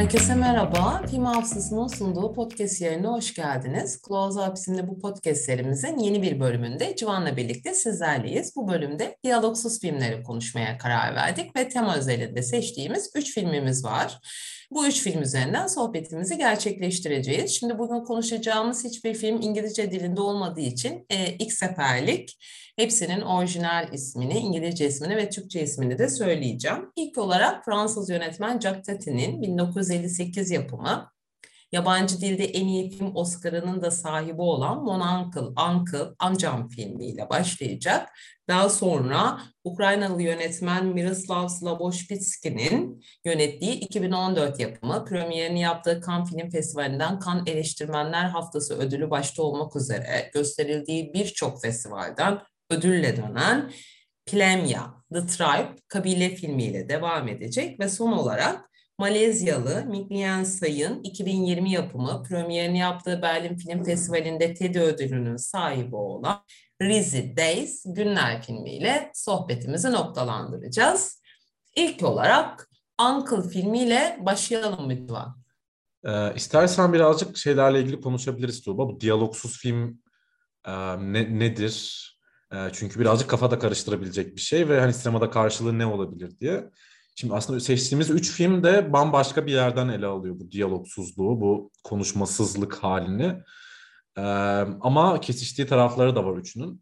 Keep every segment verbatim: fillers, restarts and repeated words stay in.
Herkese merhaba. Film Hafızası'nın sunduğu podcast yayınına hoş geldiniz. Close Up isimli bu podcast serimizin yeni bir bölümünde Civan'la birlikte sizlerleyiz. Bu bölümde diyalogsuz filmleri konuşmaya karar verdik ve tema özelinde seçtiğimiz üç filmimiz var. Bu üç film üzerinden sohbetimizi gerçekleştireceğiz. Şimdi bugün konuşacağımız hiçbir film İngilizce dilinde olmadığı için e, ilk seferlik hepsinin orijinal ismini, İngilizce ismini ve Türkçe ismini de söyleyeceğim. İlk olarak Fransız yönetmen Jacques Tati'nin bin dokuz yüz elli sekiz yapımı, yabancı dilde en iyi film Oscar'ının da sahibi olan Mon Oncle, Uncle, Amcam filmiyle başlayacak. Daha sonra Ukraynalı yönetmen Miroslav Slaboshpitsky'nin yönettiği iki bin on dört yapımı, premierini yaptığı Cannes Film Festivali'nden Cannes Eleştirmenler Haftası ödülü başta olmak üzere gösterildiği birçok festivalden ödülle dönen Plemya, The Tribe, kabile filmiyle devam edecek ve son olarak Malezyalı Miklian Say'ın iki bin yirmi yapımı, premierini yaptığı Berlin Film Festivali'nde Teddy ödülünün sahibi olan Rizzy Days Günler filmiyle sohbetimizi noktalandıracağız. İlk olarak Uncle filmiyle başlayalım lütfen. Ee, istersen birazcık şeylerle ilgili konuşabiliriz Tuğba. Bu diyalogsuz film e, ne, nedir? E, çünkü birazcık kafada karıştırabilecek bir şey ve hani sinemada karşılığı ne olabilir diye. Şimdi aslında seçtiğimiz üç film de bambaşka bir yerden ele alıyor bu diyalogsuzluğu, bu konuşmasızlık halini. E, ama kesiştiği tarafları da var üçünün.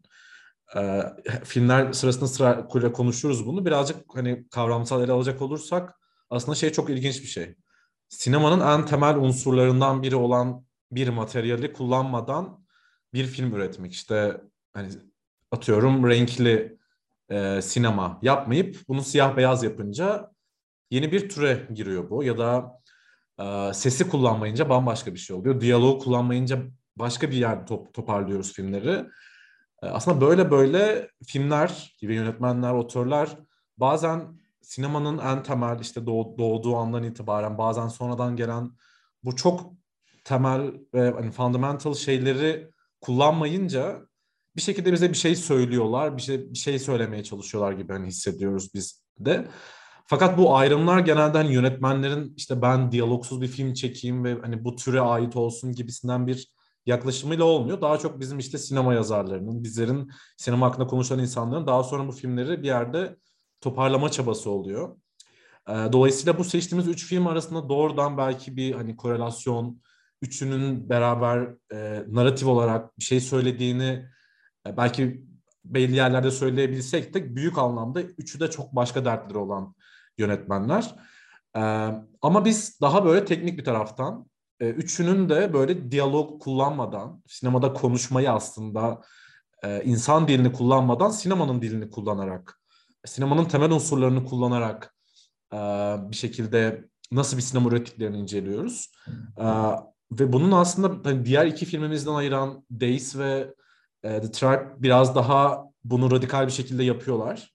E, filmler sırasında sırayla konuşuruz bunu. Birazcık hani kavramsal ele alacak olursak aslında şey çok ilginç bir şey. Sinemanın en temel unsurlarından biri olan bir materyali kullanmadan bir film üretmek. İşte hani atıyorum renkli e, sinema yapmayıp bunu siyah beyaz yapınca yeni bir türe giriyor bu. Ya da e, sesi kullanmayınca bambaşka bir şey oluyor. Diyaloğu kullanmayınca başka bir yerde top, toparlıyoruz filmleri. E, aslında böyle böyle filmler gibi yönetmenler, otörler bazen sinemanın en temel işte doğ, doğduğu andan itibaren bazen sonradan gelen bu çok temel ve hani fundamental şeyleri kullanmayınca bir şekilde bize bir şey söylüyorlar, bir şey bir şey söylemeye çalışıyorlar gibi hani hissediyoruz biz de. Fakat bu ayrımlar genelde hani yönetmenlerin işte ben diyalogsuz bir film çekeyim ve hani bu türe ait olsun gibisinden bir yaklaşımıyla olmuyor. Daha çok bizim işte sinema yazarlarının, bizlerin sinema hakkında konuşan insanların daha sonra bu filmleri bir yerde toparlama çabası oluyor. Dolayısıyla bu seçtiğimiz üç film arasında doğrudan belki bir hani korelasyon, üçünün beraber e, narratif olarak bir şey söylediğini e, belki belli yerlerde söyleyebilsek de büyük anlamda üçü de çok başka dertleri olan yönetmenler. E, ama biz daha böyle teknik bir taraftan e, üçünün de böyle diyalog kullanmadan, sinemada konuşmayı aslında e, insan dilini kullanmadan sinemanın dilini kullanarak, sinemanın temel unsurlarını kullanarak e, bir şekilde nasıl bir sinema ürettiklerini inceliyoruz. E, ve bunun aslında hani diğer iki filmimizden ayıran Days ve e, The Tribe biraz daha bunu radikal bir şekilde yapıyorlar.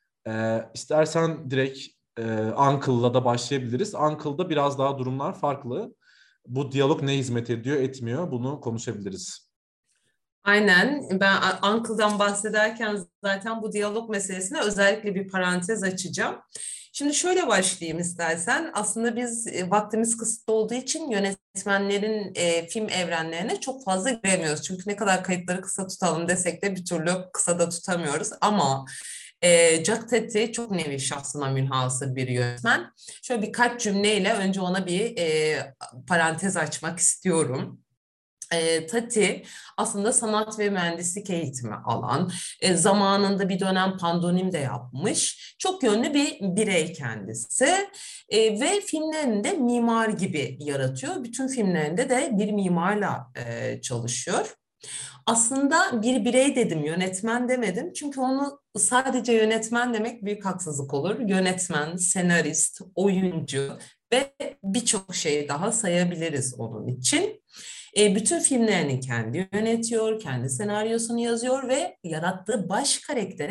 E, istersen direkt e, Uncle'la da başlayabiliriz. Uncle'da biraz daha durumlar farklı. Bu diyalog ne hizmet ediyor, etmiyor bunu konuşabiliriz. Aynen. Ben Uncle'dan bahsederken zaten bu diyalog meselesine özellikle bir parantez açacağım. Şimdi şöyle başlayayım istersen. Aslında biz e, vaktimiz kısıtlı olduğu için yönetmenlerin e, film evrenlerine çok fazla giremiyoruz. Çünkü ne kadar kayıtları kısa tutalım desek de bir türlü kısa da tutamıyoruz. Ama e, Jacques Tati çok nevi şahsına münhasır bir yönetmen. Şöyle birkaç cümleyle önce ona bir e, parantez açmak istiyorum. E, Tati aslında sanat ve mühendislik eğitimi alan, e, zamanında bir dönem pandonim de yapmış, çok yönlü bir birey kendisi e, ve filmlerini de mimar gibi yaratıyor. Bütün filmlerinde de bir mimarla e, çalışıyor. Aslında bir birey dedim, yönetmen demedim. Çünkü onu sadece yönetmen demek büyük haksızlık olur. Yönetmen, senarist, oyuncu ve birçok şey daha sayabiliriz onun için. E, bütün filmlerini kendi yönetiyor, kendi senaryosunu yazıyor ve yarattığı baş karaktere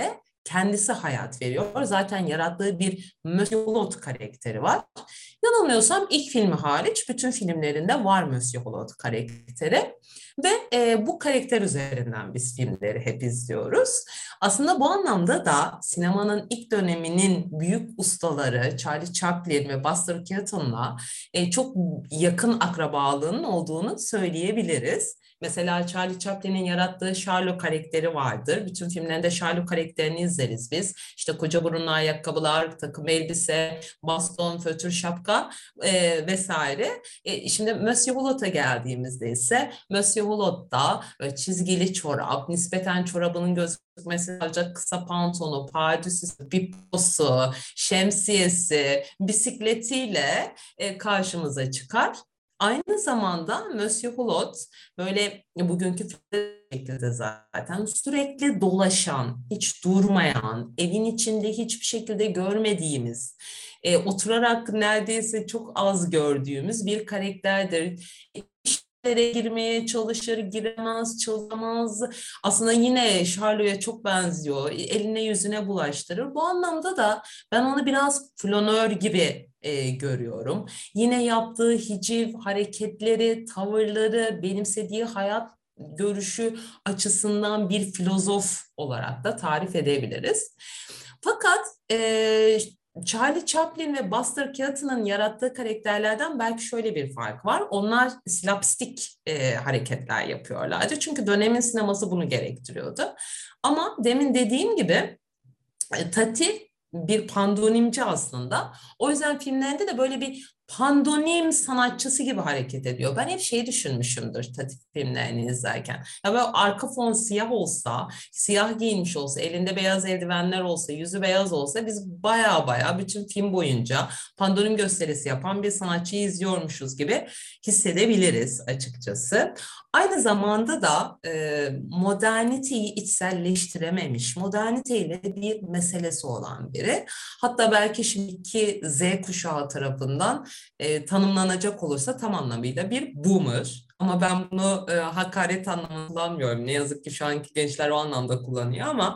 kendisi hayat veriyor. Zaten yarattığı bir Monsieur Hulot karakteri var. Yanılmıyorsam ilk filmi hariç bütün filmlerinde var Monsieur Hulot karakteri. Ve e, bu karakter üzerinden biz filmleri hep izliyoruz. Aslında bu anlamda da sinemanın ilk döneminin büyük ustaları Charlie Chaplin ve Buster Keaton'la e, çok yakın akrabalığının olduğunu söyleyebiliriz. Mesela Charlie Chaplin'in yarattığı Charlot karakteri vardır. Bütün filmlerinde Charlot karakterini izleriz biz. İşte koca burunlu ayakkabılar, takım elbise, baston, fötür, şapka e, vesaire. E, şimdi Monsieur Hulot'a geldiğimizde ise Monsieur Hulot'ta çizgili çorap, nispeten çorabının gözükmesi sadece kısa pantolonu, pardüsüsü, piposu, şemsiyesi, bisikletiyle e, karşımıza çıkar. Aynı zamanda Monsieur Hulot böyle bugünkü şekilde zaten sürekli dolaşan, hiç durmayan, evin içinde hiçbir şekilde görmediğimiz, e, oturarak neredeyse çok az gördüğümüz bir karakterdir. İşlere girmeye çalışır, giremez, çalışamaz. Aslında yine Charlot'a çok benziyor. Eline yüzüne bulaştırır. Bu anlamda da ben onu biraz flanör gibi e, görüyorum. Yine yaptığı hiciv hareketleri, tavırları, benimsediği hayat görüşü açısından bir filozof olarak da tarif edebiliriz. Fakat e, Charlie Chaplin ve Buster Keaton'ın yarattığı karakterlerden belki şöyle bir fark var. Onlar slapstick e, hareketler yapıyorlardı. Çünkü dönemin sineması bunu gerektiriyordu. Ama demin dediğim gibi e, Tati bir pandonimci aslında. O yüzden filmlerinde de böyle bir pandonim sanatçısı gibi hareket ediyor. Ben hep şeyi düşünmüşümdür Tati filmlerini izlerken. Ya böyle arka fon siyah olsa, siyah giyinmiş olsa, elinde beyaz eldivenler olsa, yüzü beyaz olsa biz baya baya bütün film boyunca pandonim gösterisi yapan bir sanatçıyı izliyormuşuz gibi hissedebiliriz açıkçası. Aynı zamanda da e, moderniteyi içselleştirememiş, moderniteyle bir meselesi olan biri. Hatta belki şimdiki Z kuşağı tarafından e, tanımlanacak olursa tam anlamıyla bir boomer. Ama ben bunu e, hakaret anlamında kullanmıyorum. Ne yazık ki şu anki gençler o anlamda kullanıyor ama...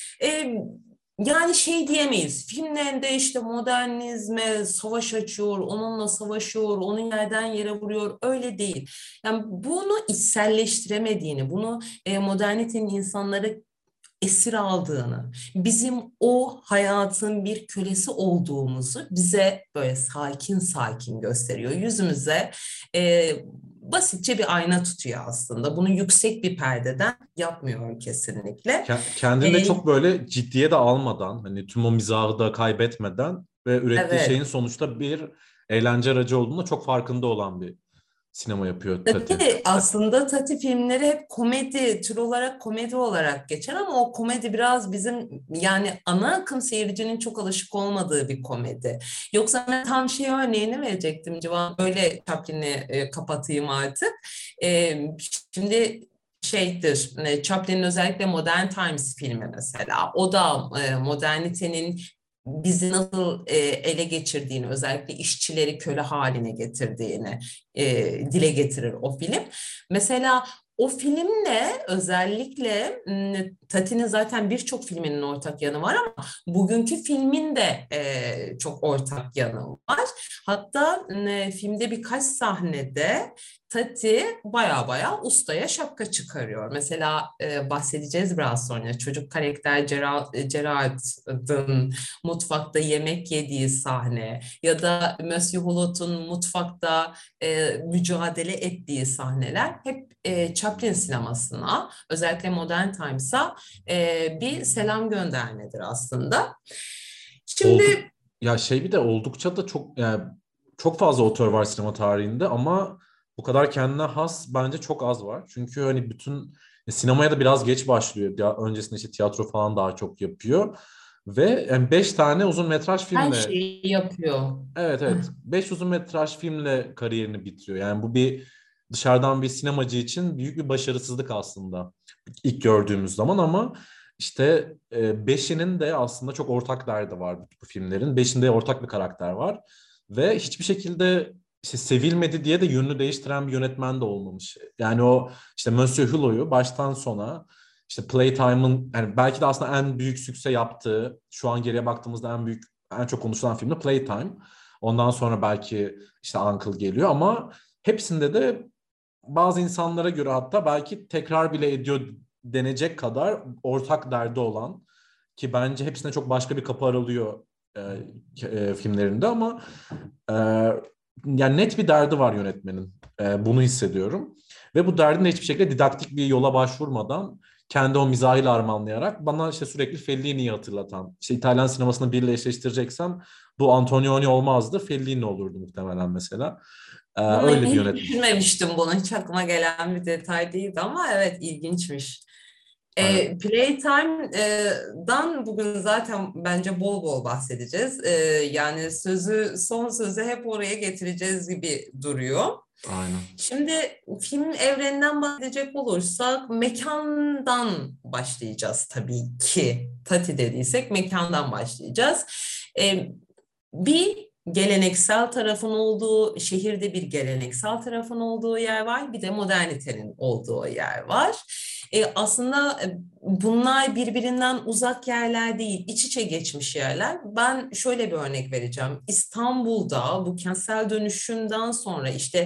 E, Yani şey diyemeyiz, filmlerinde işte modernizme savaş açıyor, onunla savaşıyor, onun yerden yere vuruyor, öyle değil. Yani bunu içselleştiremediğini, bunu e, modernitenin insanları esir aldığını, bizim o hayatın bir kölesi olduğumuzu bize böyle sakin sakin gösteriyor. Yüzümüze e, basitçe bir ayna tutuyor aslında. Bunu yüksek bir perdeden yapmıyor kesinlikle. Ke- Kendini de E, çok böyle ciddiye de almadan, hani tüm o mizahı da kaybetmeden ve ürettiği şeyin evet. sonuçta bir eğlence aracı olduğunda çok farkında olan bir sinema yapıyor Tati. Tabii aslında Tati filmleri hep komedi, tür olarak komedi olarak geçer ama o komedi biraz bizim yani ana akım seyircinin çok alışık olmadığı bir komedi. Yoksa ben tam şey örneğini verecektim Civan, böyle Chaplin'i e, kapatayım artık. E, Şimdi şeydir, e, Chaplin'in özellikle Modern Times filmi mesela, o da e, modernitenin bizi nasıl e, ele geçirdiğini, özellikle işçileri köle haline getirdiğini e, dile getirir o film. Mesela o filmle özellikle m, Tati'nin zaten birçok filminin ortak yanı var ama bugünkü filmin de e, çok ortak yanı var. Hatta m, filmde birkaç sahnede Tati baya baya ustaya şapka çıkarıyor. Mesela e, bahsedeceğiz biraz sonra. Çocuk karakter Gerard, Gerard'ın mutfakta yemek yediği sahne ya da Monsieur Hulot'un mutfakta e, mücadele ettiği sahneler hep e, Chaplin sinemasına, özellikle Modern Times'a e, bir selam göndermedir aslında. Olduk Şimdi ya şey bir de oldukça da çok yani çok fazla otör var sinema tarihinde ama bu kadar kendine has bence çok az var. Çünkü hani bütün e, sinemaya da biraz geç başlıyor. Ya öncesinde işte tiyatro falan daha çok yapıyor. Ve yani beş tane uzun metraj her filmle şeyi yapıyor. evet evet beş uzun metraj filmle kariyerini bitiriyor. Yani bu bir dışarıdan bir sinemacı için büyük bir başarısızlık aslında ilk gördüğümüz zaman ama işte e, beşinin de aslında çok ortak derdi var bu filmlerin. Beşinde ortak bir karakter var ve hiçbir şekilde işte sevilmedi diye de yönünü değiştiren bir yönetmen de olmamış. Yani o işte Monsieur Hulot'u baştan sona işte Playtime'ın yani belki de aslında en büyük sükse yaptığı, şu an geriye baktığımızda en büyük, en çok konuşulan film de Playtime. Ondan sonra belki işte Uncle geliyor ama hepsinde de bazı insanlara göre hatta belki tekrar bile ediyor denecek kadar ortak derdi olan, ki bence hepsine çok başka bir kapı aralıyor e, e, filmlerinde ama e, yani net bir derdi var yönetmenin. E, bunu hissediyorum. Ve bu derdin de hiçbir şekilde didaktik bir yola başvurmadan kendi o mizahıyla harmanlayarak bana işte sürekli Fellini'yi hatırlatan, işte İtalyan sinemasını biriyle eşleştireceksem bu Antonioni olmazdı, Fellini olurdu muhtemelen mesela. E, Hmm, öyle bir hiç yönetmen. düşünmemiştim bunu. Hiç aklıma gelen bir detay değildi ama evet, ilginçmiş. Aynen. E, Playtime'dan bugün zaten bence bol bol bahsedeceğiz. E, yani sözü, son sözü hep oraya getireceğiz gibi duruyor. Aynen. Şimdi film evreninden bahsedecek olursak mekandan başlayacağız tabii ki. Tati dediysek mekandan başlayacağız. E, bir geleneksel tarafın olduğu, şehirde bir geleneksel tarafın olduğu yer var. Bir de modernitenin olduğu yer var. E, aslında bunlar birbirinden uzak yerler değil, iç içe geçmiş yerler. Ben şöyle bir örnek vereceğim. İstanbul'da bu kentsel dönüşümden sonra işte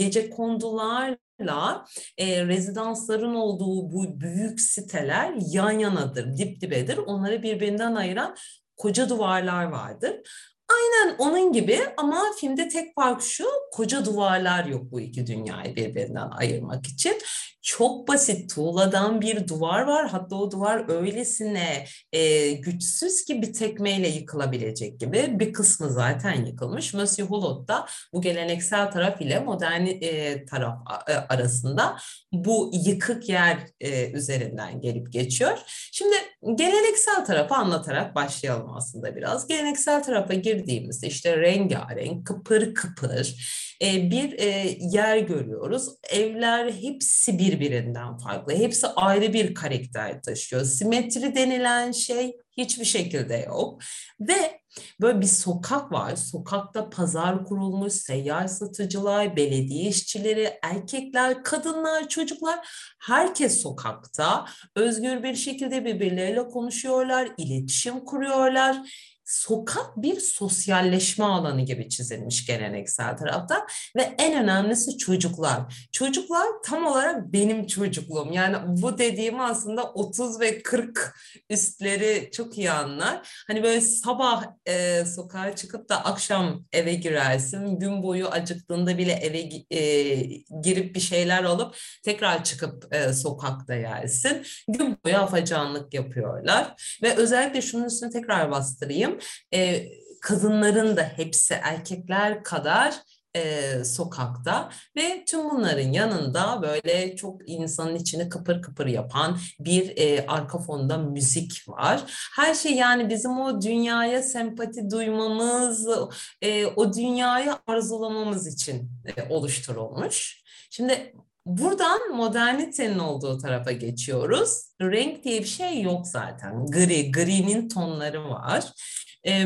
gecekondularla e, rezidansların olduğu bu büyük siteler yan yanadır, dip dibedir. Onları birbirinden ayıran koca duvarlar vardır. Aynen onun gibi ama filmde tek fark şu: koca duvarlar yok bu iki dünyayı birbirinden ayırmak için. Çok basit tuğladan bir duvar var. Hatta o duvar öylesine e, güçsüz ki bir tekmeyle yıkılabilecek gibi. Bir kısmı zaten yıkılmış. Monsieur Hulot da bu geleneksel taraf ile modern e, taraf e, arasında bu yıkık yer e, üzerinden gelip geçiyor. Şimdi geleneksel tarafı anlatarak başlayalım aslında biraz. Geleneksel tarafa girdiğimizde işte rengarenk, kıpır kıpır e, bir e, yer görüyoruz. Evler hepsi birbirinden farklı. Hepsi ayrı bir karakter taşıyor. Simetri denilen şey hiçbir şekilde yok. Ve böyle bir sokak var. Sokakta pazar kurulmuş, seyyar satıcılar, belediye işçileri, erkekler, kadınlar, çocuklar, herkes sokakta. Özgür bir şekilde birbirleriyle konuşuyorlar, iletişim kuruyorlar. Sokak bir sosyalleşme alanı gibi çizilmiş geleneksel tarafta ve en önemlisi çocuklar. Çocuklar tam olarak benim çocukluğum. Yani bu dediğim aslında otuz ve kırk üstleri çok iyi anlar. Hani böyle sabah e, sokağa çıkıp da akşam eve girersin. Gün boyu acıktığında bile eve e, girip bir şeyler alıp tekrar çıkıp e, sokakta yersin. Gün boyu afacanlık yapıyorlar. Ve özellikle şunun üstüne tekrar bastırayım. E, kadınların da hepsi erkekler kadar e, sokakta ve tüm bunların yanında böyle çok insanın içini kıpır kıpır yapan bir e, arka fonda müzik var. Her şey yani bizim o dünyaya sempati duymamız, e, o dünyayı arzulamamız için e, oluşturulmuş. Şimdi buradan modernitenin olduğu tarafa geçiyoruz. Renk diye bir şey yok zaten. Gri, gri'nin tonları var. Ee,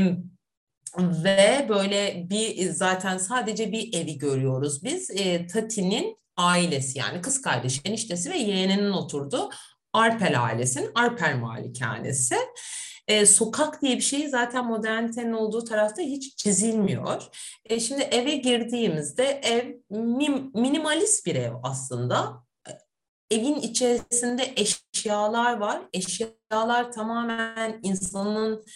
ve böyle bir zaten sadece bir evi görüyoruz biz. Ee, Tati'nin ailesi yani kız kardeşi, eniştesi ve yeğeninin oturduğu Arpel ailesinin Arpel malikanesi. E, sokak diye bir şey zaten modernitenin olduğu tarafta hiç çizilmiyor. E, şimdi eve girdiğimizde ev mim, minimalist bir ev aslında. Evin içerisinde eşyalar var. Eşyalar tamamen insanın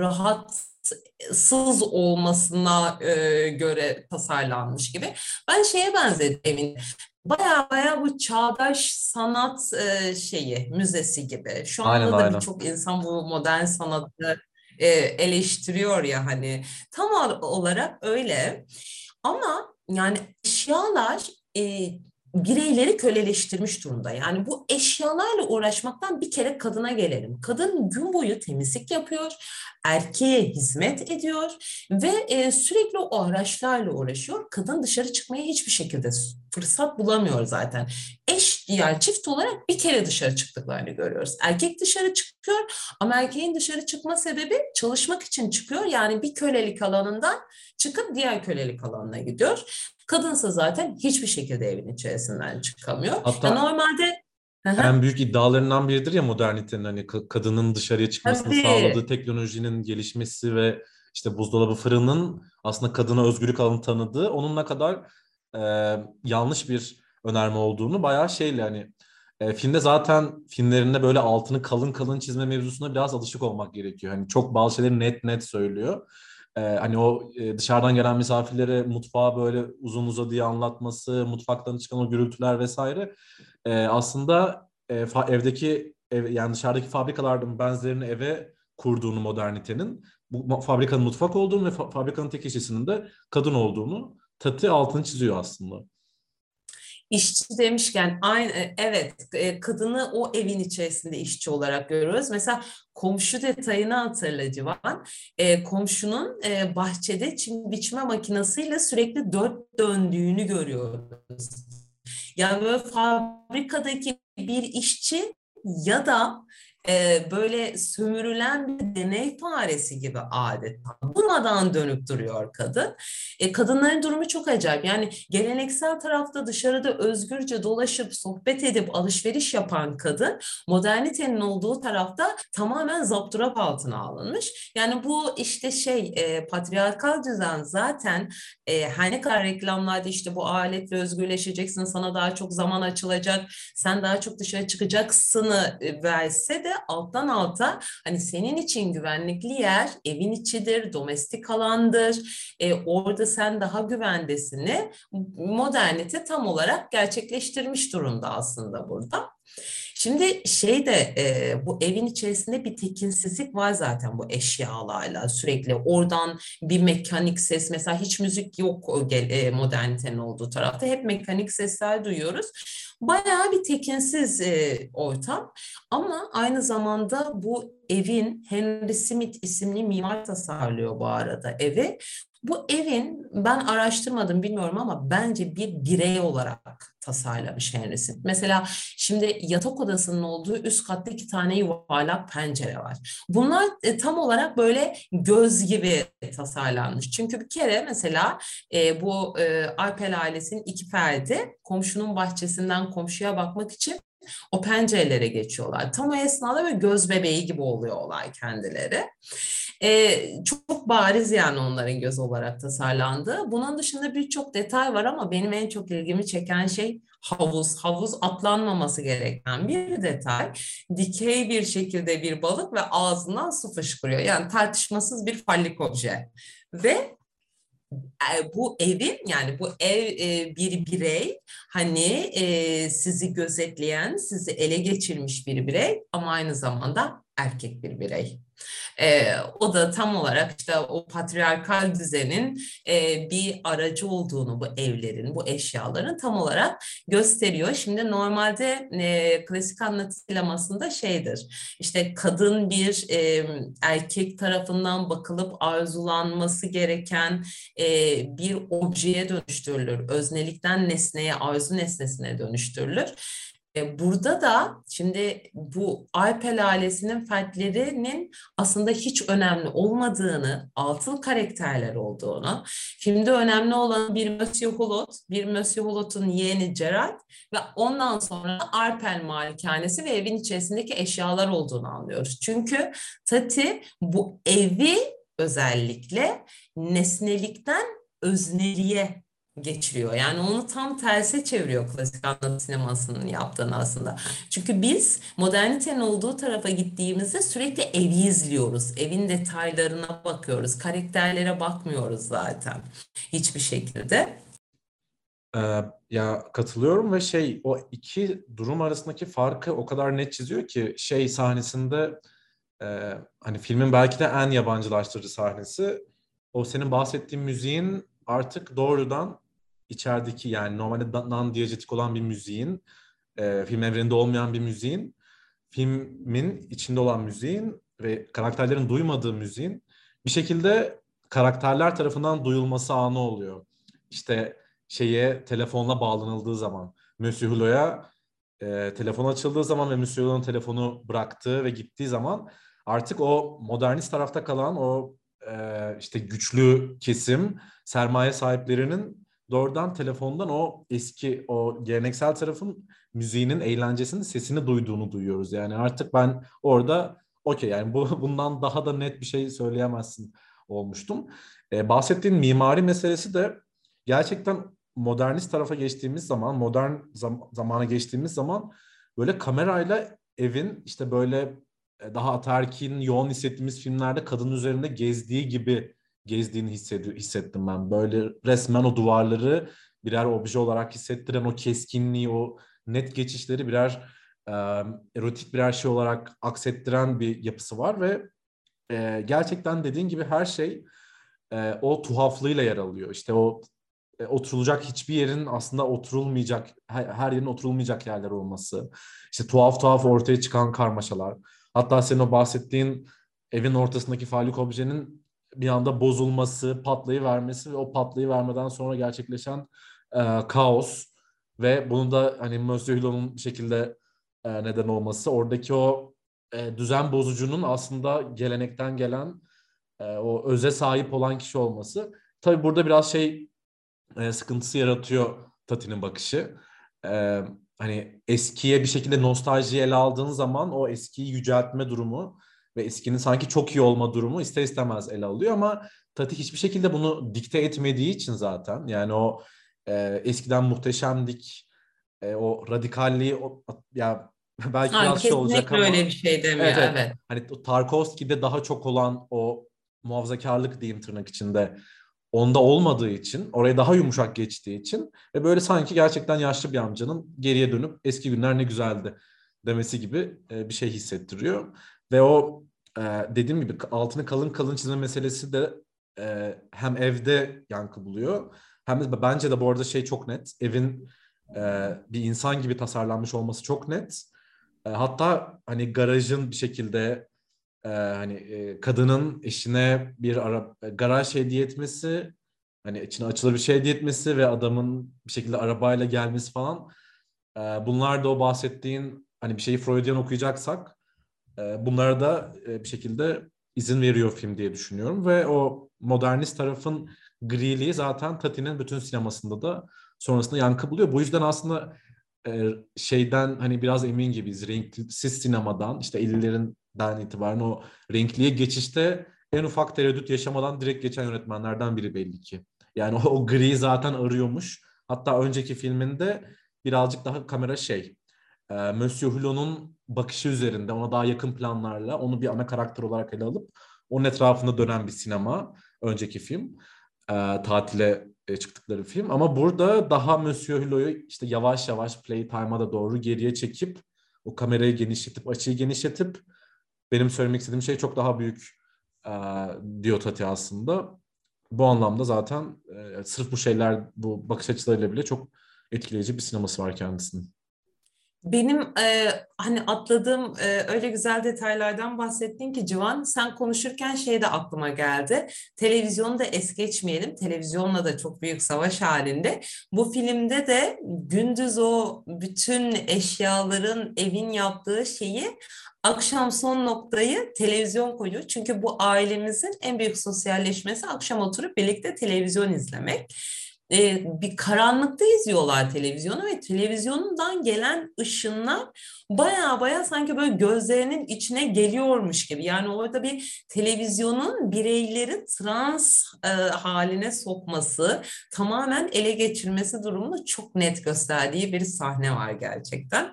rahatsız olmasına e, göre tasarlanmış gibi. Ben şeye benzedim evin. Baya baya bu çağdaş sanat e, şeyi, müzesi gibi. Şu Aynen anda da aynen. birçok insan bu modern sanatı e, eleştiriyor ya hani. Tam olarak öyle. Ama yani eşyalar e, bireyleri köleleştirmiş durumda. Yani bu eşyalarla uğraşmaktan bir kere kadına gelelim. Kadın gün boyu temizlik yapıyor, erkeğe hizmet ediyor ve e, sürekli o araçlarla uğraşıyor. Kadın dışarı çıkmaya hiçbir şekilde fırsat bulamıyor zaten. Eş diğer çift olarak bir kere dışarı çıktıklarını görüyoruz. Erkek dışarı çıkıyor ama erkeğin dışarı çıkma sebebi çalışmak için çıkıyor. Yani bir kölelik alanından çıkıp diğer kölelik alanına gidiyor. Kadınsa zaten hiçbir şekilde evin içerisinden çıkamıyor. Ya Hatta normalde Hı en hı. büyük iddialarından biridir ya modernitenin, hani ka- kadının dışarıya çıkmasını sağladığı Tabii. teknolojinin gelişmesi ve işte buzdolabı, fırının aslında kadına özgürlük alanı tanıdığı, onun ne kadar e, yanlış bir önerme olduğunu bayağı şeyle, hani e, filmde zaten filmlerinde böyle altını kalın kalın çizme mevzusuna biraz alışık olmak gerekiyor. Hani çok bazı şeyleri net net söylüyor. E, hani o e, dışarıdan gelen misafirlere mutfağı böyle uzun uzadıya anlatması, mutfaktan çıkan o gürültüler vesaire, e, aslında e, fa- evdeki ev, yani dışarıdaki fabrikalardan benzerini eve kurduğunu modernitenin, bu ma- fabrikanın mutfak olduğunu ve fa- fabrikanın tek işçisinin de kadın olduğunu Tati altını çiziyor aslında. İşçi demişken aynı e, evet, e, kadını o evin içerisinde işçi olarak görüyoruz. Mesela komşu detayını hatırla Civan. E, komşunun e, bahçede çim biçme makinesiyle sürekli dört döndüğünü görüyoruz. Yani böyle fabrikadaki bir işçi ya da e, böyle sömürülen bir deney faresi gibi adeta durmadan dönüp duruyor kadın. E, kadınların durumu çok acayip. Yani geleneksel tarafta dışarıda özgürce dolaşıp sohbet edip alışveriş yapan kadın, modernitenin olduğu tarafta tamamen zapturapt altına alınmış. Yani bu işte şey e, patriarkal düzen zaten e, her ne kadar reklamlarda işte bu aletle özgürleşeceksin, sana daha çok zaman açılacak, sen daha çok dışarı çıkacaksını e, verse de alttan alta hani senin için güvenlikli yer evin içidir, domestik alandır. E, orada sen daha güvendesini modernite tam olarak gerçekleştirmiş durumda aslında burada. Şimdi şey de e, bu evin içerisinde bir tekinsizlik var zaten bu eşyalarla sürekli oradan bir mekanik ses mesela hiç müzik yok o gel- e, modernitenin olduğu tarafta hep mekanik sesler duyuyoruz. Bayağı bir tekinsiz e, ortam ama aynı zamanda bu evin Henry Smith isimli mimar tasarlıyor bu arada evi. Bu evin ben araştırmadım bilmiyorum ama bence bir birey olarak tasarlamış Henry Smith. Mesela şimdi yatak odasının olduğu üst katta iki tane yuvarlak pencere var. Bunlar e, tam olarak böyle göz gibi tasarlanmış. Çünkü bir kere mesela e, bu e, Alper ailesinin iki ferdi komşunun bahçesinden komşuya bakmak için o pencerelere geçiyorlar. Tam o esnada böyle göz bebeği gibi oluyorlar kendileri. Ee, çok bariz yani onların göz olarak tasarlandığı. Bunun dışında birçok detay var ama benim en çok ilgimi çeken şey havuz. Havuz atlanmaması gereken bir detay. Dikey bir şekilde bir balık ve ağzından su fışkırıyor. Yani tartışmasız bir fallik obje. Ve e, bu evin yani bu ev e, bir birey hani e, sizi gözetleyen, sizi ele geçirmiş bir birey ama aynı zamanda erkek bir birey. E, o da tam olarak işte o patriarkal düzenin e, bir aracı olduğunu bu evlerin, bu eşyaların tam olarak gösteriyor. Şimdi normalde e, klasik anlatı sinemasında şeydir. İşte kadın bir e, erkek tarafından bakılıp arzulanması gereken e, bir objeye dönüştürülür. Öznelikten nesneye, arzu nesnesine dönüştürülür. E, Burada da şimdi bu Alpel ailesinin fertlerinin aslında hiç önemli olmadığını, altın karakterler olduğunu, filmde önemli olan bir Monsieur Hulot, bir Monsieur Hulot'un yeğeni Gerard ve ondan sonra Arpel malikanesi ve evin içerisindeki eşyalar olduğunu anlıyoruz. Çünkü Tati bu evi özellikle nesnelikten özneliğe geçiriyor. Yani onu tam terse çeviriyor klasik anlatı sinemasının yaptığını aslında. Çünkü biz modernitenin olduğu tarafa gittiğimizde sürekli evi izliyoruz. Evin detaylarına bakıyoruz. Karakterlere bakmıyoruz zaten hiçbir şekilde. Ee, ya katılıyorum ve şey, o iki durum arasındaki farkı o kadar net çiziyor ki şey sahnesinde, e, hani filmin belki de en yabancılaştırıcı sahnesi, o senin bahsettiğin müziğin artık doğrudan içerideki, yani normalde non-diegetik olan bir müziğin, e, film evreninde olmayan bir müziğin, filmin içinde olan müziğin ve karakterlerin duymadığı müziğin bir şekilde karakterler tarafından duyulması anı oluyor. İşte şeye telefonla bağlanıldığı zaman, Monsieur Hulot'a e, telefon açıldığı zaman ve Monsieur Hulot'un telefonu bıraktığı ve gittiği zaman artık o modernist tarafta kalan o e, işte güçlü kesim, sermaye sahiplerinin doğrudan telefondan o eski, o geleneksel tarafın müziğinin, eğlencesinin sesini duyduğunu duyuyoruz. Yani artık ben orada okey, yani bu bundan daha da net bir şey söyleyemezsin olmuştum. Ee, bahsettiğin mimari meselesi de gerçekten modernist tarafa geçtiğimiz zaman, modern zam- zamana geçtiğimiz zaman böyle kamerayla evin işte böyle e, daha ataerkilin yoğun hissettiğimiz filmlerde kadın üzerinde gezdiği gibi gezdiğini hissediyor, hissettim ben. Böyle resmen o duvarları birer obje olarak hissettiren o keskinliği, o net geçişleri birer e, erotik birer şey olarak aksettiren bir yapısı var ve e, gerçekten dediğin gibi her şey e, o tuhaflığıyla yer alıyor. İşte o e, oturulacak hiçbir yerin aslında oturulmayacak, her, her yerin oturulmayacak yerler olması. İşte tuhaf tuhaf ortaya çıkan karmaşalar. Hatta senin o bahsettiğin evin ortasındaki fallik objenin bir anda bozulması, patlayıvermesi ve o patlayıvermeden sonra gerçekleşen e, kaos ve bunu da hani Monsieur Hulot'un bir şekilde e, neden olması. Oradaki o e, düzen bozucunun aslında gelenekten gelen e, o öze sahip olan kişi olması. Tabii burada biraz şey e, sıkıntısı yaratıyor Tati'nin bakışı. E, Hani eskiye bir şekilde nostaljiyi ele aldığın zaman o eskiyi yüceltme durumu ve eskinin sanki çok iyi olma durumu ister istemez ele alıyor ama Tati hiçbir şekilde bunu dikte etmediği için zaten yani o e, eskiden muhteşemdik, e, o radikalliği o, ya belki Ha, biraz şey olacak kesinlikle öyle bir ama şey demiyor. evet evet, Evet. hani o Tarkovski'de daha çok olan o muhafazakarlık diyeyim tırnak içinde onda olmadığı için, oraya daha yumuşak geçtiği için ve böyle sanki gerçekten yaşlı bir amcanın geriye dönüp eski günler ne güzeldi demesi gibi e, bir şey hissettiriyor. Ve o e, dediğim gibi altını kalın kalın çizme meselesi de e, hem evde yankı buluyor hem de bence de bu arada şey çok net. Evin e, bir insan gibi tasarlanmış olması çok net. E, hatta hani garajın bir şekilde e, hani e, kadının eşine bir ara, garaj hediye etmesi, hani içine açılır bir şey hediye etmesi ve adamın bir şekilde arabayla gelmesi falan. E, bunlar da o bahsettiğin hani bir şeyi Freudian okuyacaksak e, bunlara da e, bir şekilde izin veriyor film diye düşünüyorum ve o modernist tarafın griliği zaten Tati'nin bütün sinemasında da sonrasında yankı buluyor. Bu yüzden aslında e, şeyden hani biraz emin gibiyiz. Renksiz sinemadan işte ellilerinden itibaren o renkliye geçişte en ufak tereddüt yaşamadan direkt geçen yönetmenlerden biri belli ki. Yani o, o griyi zaten arıyormuş. Hatta önceki filminde birazcık daha kamera şey e, Monsieur Hulot'un bakışı üzerinde ona daha yakın planlarla onu bir ana karakter olarak ele alıp onun etrafında dönen bir sinema önceki film. E, tatile e, çıktıkları film ama burada daha Monsieur Hulot'u işte yavaş yavaş playtime'a da doğru geriye çekip o kamerayı genişletip açıyı genişletip benim söylemek istediğim şey çok daha büyük e, diyor Tati aslında. Bu anlamda zaten e, sırf bu şeyler bu bakış açılarıyla bile çok etkileyici bir sineması var kendisinin. Benim e, hani atladığım e, öyle güzel detaylardan bahsettin ki Civan, sen konuşurken şey de aklıma geldi. Televizyonu da es geçmeyelim. Televizyonla da çok büyük savaş halinde. Bu filmde de gündüz o bütün eşyaların evin yaptığı şeyi akşam son noktayı televizyon koyuyor. Çünkü bu ailemizin en büyük sosyalleşmesi akşam oturup birlikte televizyon izlemek. E, bir karanlıkta izliyorlar televizyonu ve televizyonundan gelen ışınlar baya baya sanki böyle gözlerinin içine geliyormuş gibi. Yani orada bir televizyonun bireyleri trans e, haline sokması, tamamen ele geçirmesi durumunu çok net gösterdiği bir sahne var gerçekten.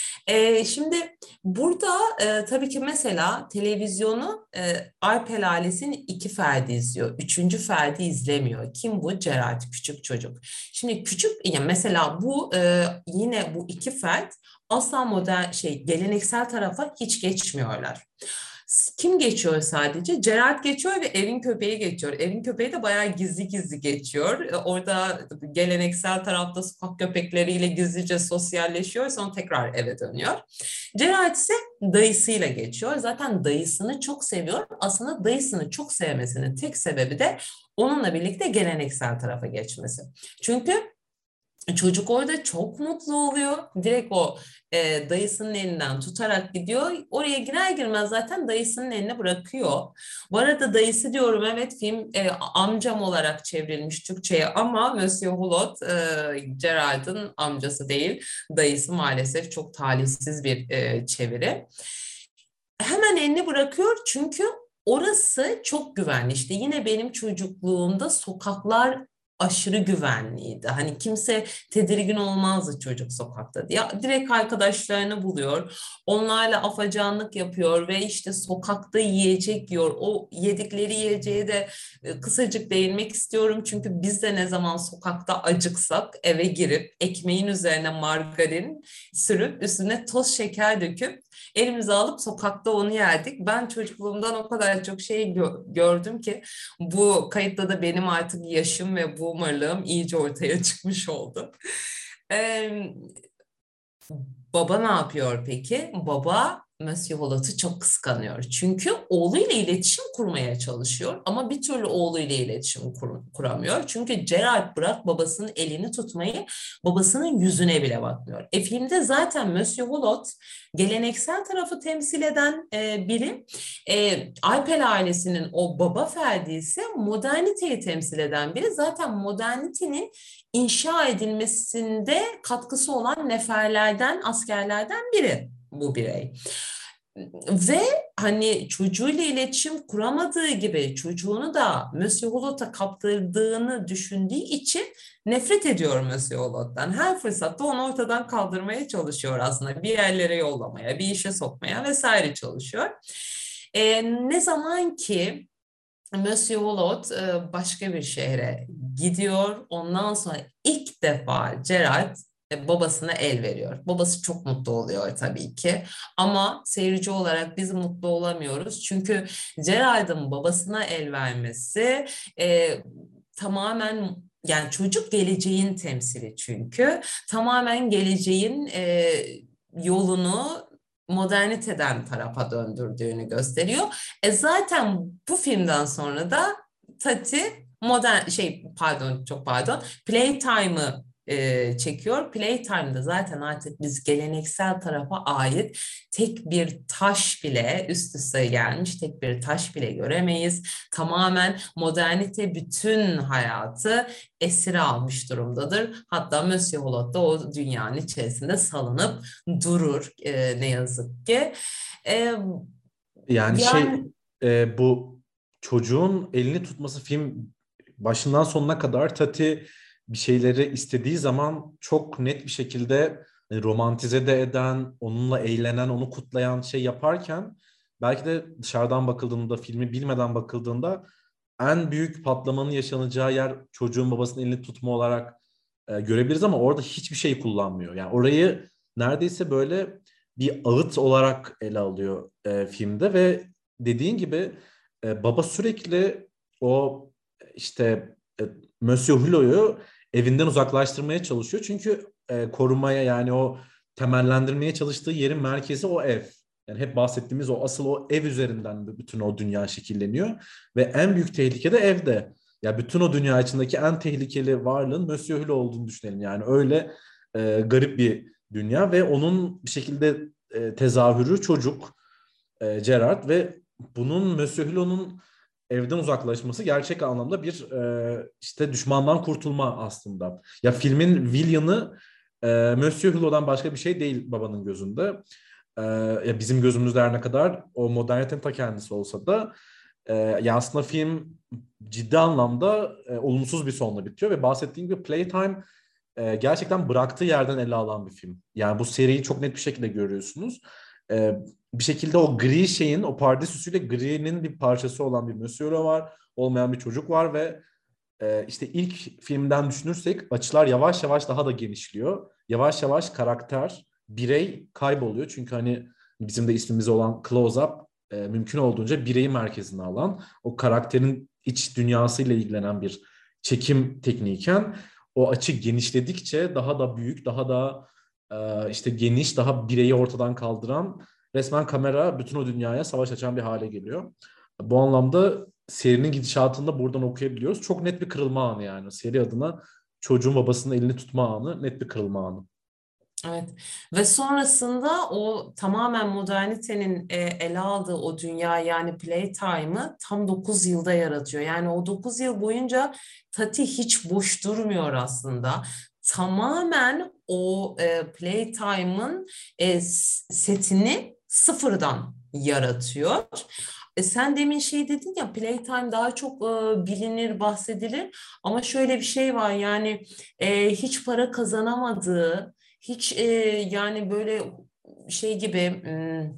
E, şimdi burada e, tabii ki mesela televizyonu e, Alper ailesinin iki ferdi izliyor. Üçüncü ferdi izlemiyor. Kim bu? Gerard, küçük çocuk. Şimdi küçük, yani mesela bu e, yine bu iki fert asla modern şey geleneksel tarafa hiç geçmiyorlar. Kim geçiyor sadece? Gerard geçiyor ve evin köpeği geçiyor. Evin köpeği de bayağı gizli gizli geçiyor. E, Orada geleneksel tarafta sokak köpekleriyle gizlice sosyalleşiyor. Sonra tekrar eve dönüyor. Gerard ise dayısıyla geçiyor. Zaten dayısını çok seviyor. Aslında dayısını çok sevmesinin tek sebebi de onunla birlikte geleneksel tarafa geçmesi. Çünkü Çocuk orada çok mutlu oluyor. Direkt o e, dayısının elinden tutarak gidiyor. Oraya girer girmez zaten dayısının eline bırakıyor. Bu arada dayısı diyorum, evet, film e, amcam olarak çevrilmiş Türkçe'ye ama Monsieur Hulot e, Gerald'ın amcası değil. Dayısı maalesef çok talihsiz bir e, çeviri. Hemen elini bırakıyor çünkü orası çok güvenli. İşte yine benim çocukluğumda sokaklar aşırı güvenliydi. Hani kimse tedirgin olmazdı çocuk sokakta diye. Direkt arkadaşlarını buluyor. Onlarla afacanlık yapıyor ve işte sokakta yiyecek yiyor. O yedikleri yiyeceğe de e, kısacık değinmek istiyorum. Çünkü biz de ne zaman sokakta acıksak eve girip ekmeğin üzerine margarin sürüp üstüne toz şeker döküp elimize alıp sokakta onu yerdik. Ben çocukluğumdan o kadar çok şey gö- gördüm ki bu kayıtta da benim artık yaşım ve boomerlığım iyice ortaya çıkmış oldu. Ee, Baba ne yapıyor peki? Baba Monsieur Hulot'u çok kıskanıyor. Çünkü oğluyla iletişim kurmaya çalışıyor ama bir türlü oğluyla iletişim kur- kuramıyor. Çünkü Gerard bırak babasının elini tutmayı, babasının yüzüne bile bakmıyor. E filmde zaten Monsieur Hulot geleneksel tarafı temsil eden e, biri. E, Alpel ailesinin o baba ferdi ise moderniteyi temsil eden biri. Zaten modernitenin inşa edilmesinde katkısı olan neferlerden, askerlerden biri bu birey. Ve hani çocuğuyla iletişim kuramadığı gibi çocuğunu da Monsieur Hulot'a kaptırdığını düşündüğü için nefret ediyor Monsieur Hulot'tan. Her fırsatta onu ortadan kaldırmaya çalışıyor aslında. Bir yerlere yollamaya, bir işe sokmaya vesaire çalışıyor. Ee, ne zaman ki Monsieur Hulot e, başka bir şehre gidiyor. Ondan sonra ilk defa Gerard e, babasına el veriyor. Babası çok mutlu oluyor tabii ki. Ama seyirci olarak biz mutlu olamıyoruz. Çünkü Gerard'ın babasına el vermesi e, tamamen, yani çocuk geleceğin temsili çünkü. Tamamen geleceğin e, yolunu moderniteden tarafa döndürdüğünü gösteriyor. E zaten bu filmden sonra da Tati modern şey, pardon, çok pardon, Playtime'ı e, çekiyor. Playtime'da zaten artık biz geleneksel tarafa ait tek bir taş bile, üst üste gelmiş tek bir taş bile göremeyiz. Tamamen modernite bütün hayatı esir almış durumdadır. Hatta Monsieur Hulot da o dünyanın içerisinde salınıp durur e, ne yazık ki. E, Yani şey, yani e, bu çocuğun elini tutması film başından sonuna kadar Tati bir şeyleri istediği zaman çok net bir şekilde e, romantize de eden, onunla eğlenen, onu kutlayan şey yaparken belki de dışarıdan bakıldığında, filmi bilmeden bakıldığında en büyük patlamanın yaşanacağı yer çocuğun babasının elini tutma olarak e, görebiliriz ama orada hiçbir şey kullanmıyor. Yani orayı neredeyse böyle bir ağıt olarak ele alıyor e, filmde ve dediğin gibi e, baba sürekli o işte e, Monsieur Hulot'u evinden uzaklaştırmaya çalışıyor. Çünkü e, korumaya, yani o temellendirmeye çalıştığı yerin merkezi o ev. Yani hep bahsettiğimiz o asıl o ev üzerinden bütün o dünya şekilleniyor ve en büyük tehlike de evde. Ya bütün o dünya içindeki en tehlikeli varlığın Monsieur Hulot olduğunu düşünelim. Yani öyle e, garip bir dünya ve onun bir şekilde e, tezahürü çocuk e, Gerard ve bunun Monsieur Hulot'un evden uzaklaşması gerçek anlamda bir e, işte düşmandan kurtulma aslında. Ya filmin villain'ı e, Monsieur Hulot'dan başka bir şey değil babanın gözünde. E, ya bizim gözümüzde her ne kadar o modernitenin ta kendisi olsa da e, ya aslında film ciddi anlamda e, olumsuz bir sonla bitiyor ve bahsettiğim gibi Playtime e, gerçekten bıraktığı yerden ele alan bir film. Yani bu seriyi çok net bir şekilde görüyorsunuz. E, bir şekilde o gri şeyin, o pardesüsüyle gri'nin bir parçası olan bir Monsieur var, olmayan bir çocuk var ve e, işte ilk filmden düşünürsek açılar yavaş yavaş daha da genişliyor. Yavaş yavaş karakter, birey kayboluyor. Çünkü hani bizim de ismimiz olan Close Up e, mümkün olduğunca bireyi merkezine alan, o karakterin iç dünyasıyla ilgilenen bir çekim tekniğiken o açı genişledikçe daha da büyük, daha da e, işte geniş, daha bireyi ortadan kaldıran, resmen kamera bütün o dünyaya savaş açan bir hale geliyor. Bu anlamda serinin gidişatını da buradan okuyabiliyoruz. Çok net bir kırılma anı yani. Seri adına çocuğun babasının elini tutma anı net bir kırılma anı. Evet ve sonrasında o tamamen modernitenin e, ele aldığı o dünya yani Playtime'ı tam dokuz yılda yaratıyor. Yani o dokuz yıl boyunca Tati hiç boş durmuyor aslında. Tamamen o e, Playtime'ın e, s- setini sıfırdan yaratıyor. E, sen demin şey dedin ya Playtime daha çok e, bilinir, bahsedilir ama şöyle bir şey var yani e, hiç para kazanamadığı hiç e, yani böyle şey gibi hmm,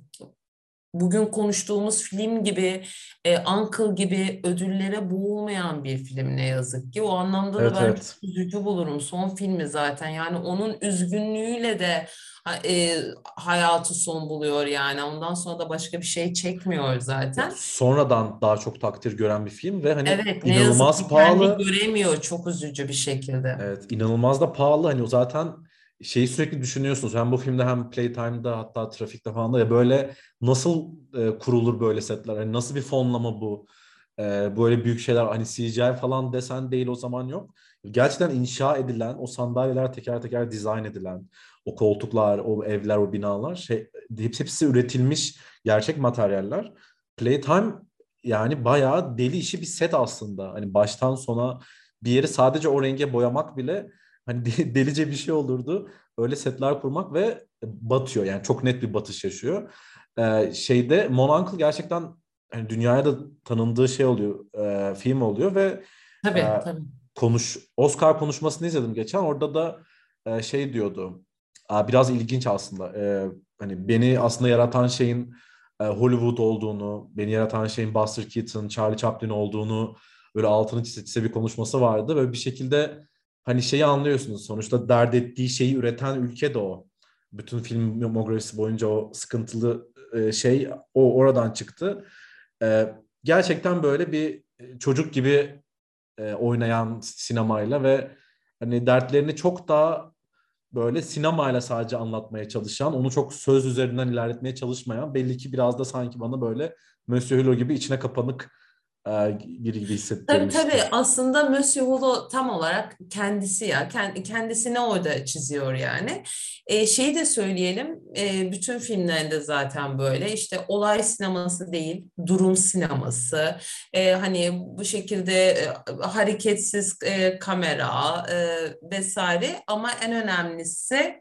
bugün konuştuğumuz film gibi e, Uncle gibi ödüllere boğulmayan bir film ne yazık ki. O anlamda da Evet, ben çok evet. üzücü bulurum son filmi zaten. Yani onun üzgünlüğüyle de ha- e, hayatı son buluyor yani. Ondan sonra da başka bir şey çekmiyor Ya zaten. sonradan daha çok takdir gören bir film ve hani Evet ne yazık inanılmaz ki kendi pahalı. göremiyor çok üzücü bir şekilde. Evet, inanılmaz da pahalı. Hani o zaten şeyi sürekli düşünüyorsunuz. Hem bu filmde hem Playtime'da hatta Trafik'te falan da ya böyle nasıl e, kurulur böyle setler? Hani nasıl bir fonlama bu? E, böyle büyük şeyler hani C G I falan desen değil o zaman yok. Gerçekten inşa edilen, o sandalyeler teker teker dizayn edilen, o koltuklar, o evler, o binalar şey hepsi, hepsi üretilmiş gerçek materyaller. Playtime yani bayağı deli işi bir set aslında. Hani baştan sona bir yeri sadece o renge boyamak bile hani de- delice bir şey olurdu. Öyle setler kurmak ve batıyor. Yani çok net bir batış yaşıyor. Ee, şeyde Monuncle gerçekten hani dünyaya da tanındığı şey oluyor. e, film oluyor ve Tabii e, tabii. konuş Oscar konuşmasını izledim geçen. Orada da e, şey diyordu. Aa, biraz ilginç aslında. E, hani beni aslında yaratan şeyin e, Hollywood olduğunu, beni yaratan şeyin Buster Keaton, Charlie Chaplin olduğunu böyle altını çize çize bir konuşması vardı. Böyle bir şekilde hani şeyi anlıyorsunuz. Sonuçta dert ettiği şeyi üreten ülke de o. Bütün filmografisi boyunca o sıkıntılı e, şey o oradan çıktı. E, gerçekten böyle bir çocuk gibi e, oynayan sinemayla ve hani dertlerini çok daha böyle sinemayla sadece anlatmaya çalışan, onu çok söz üzerinden ilerletmeye çalışmayan, belli ki biraz da sanki bana böyle Monsieur Hulot gibi içine kapanık e, biri gibi Tabii tabii hissettirmişti. aslında Monsieur Hulot tam olarak kendisi ya Kend- kendisini orada çiziyor yani. E, şeyi de söyleyelim e, bütün filmlerinde zaten böyle işte olay sineması değil durum sineması. E, hani bu şekilde e, hareketsiz e, kamera e, vesaire ama en önemlisi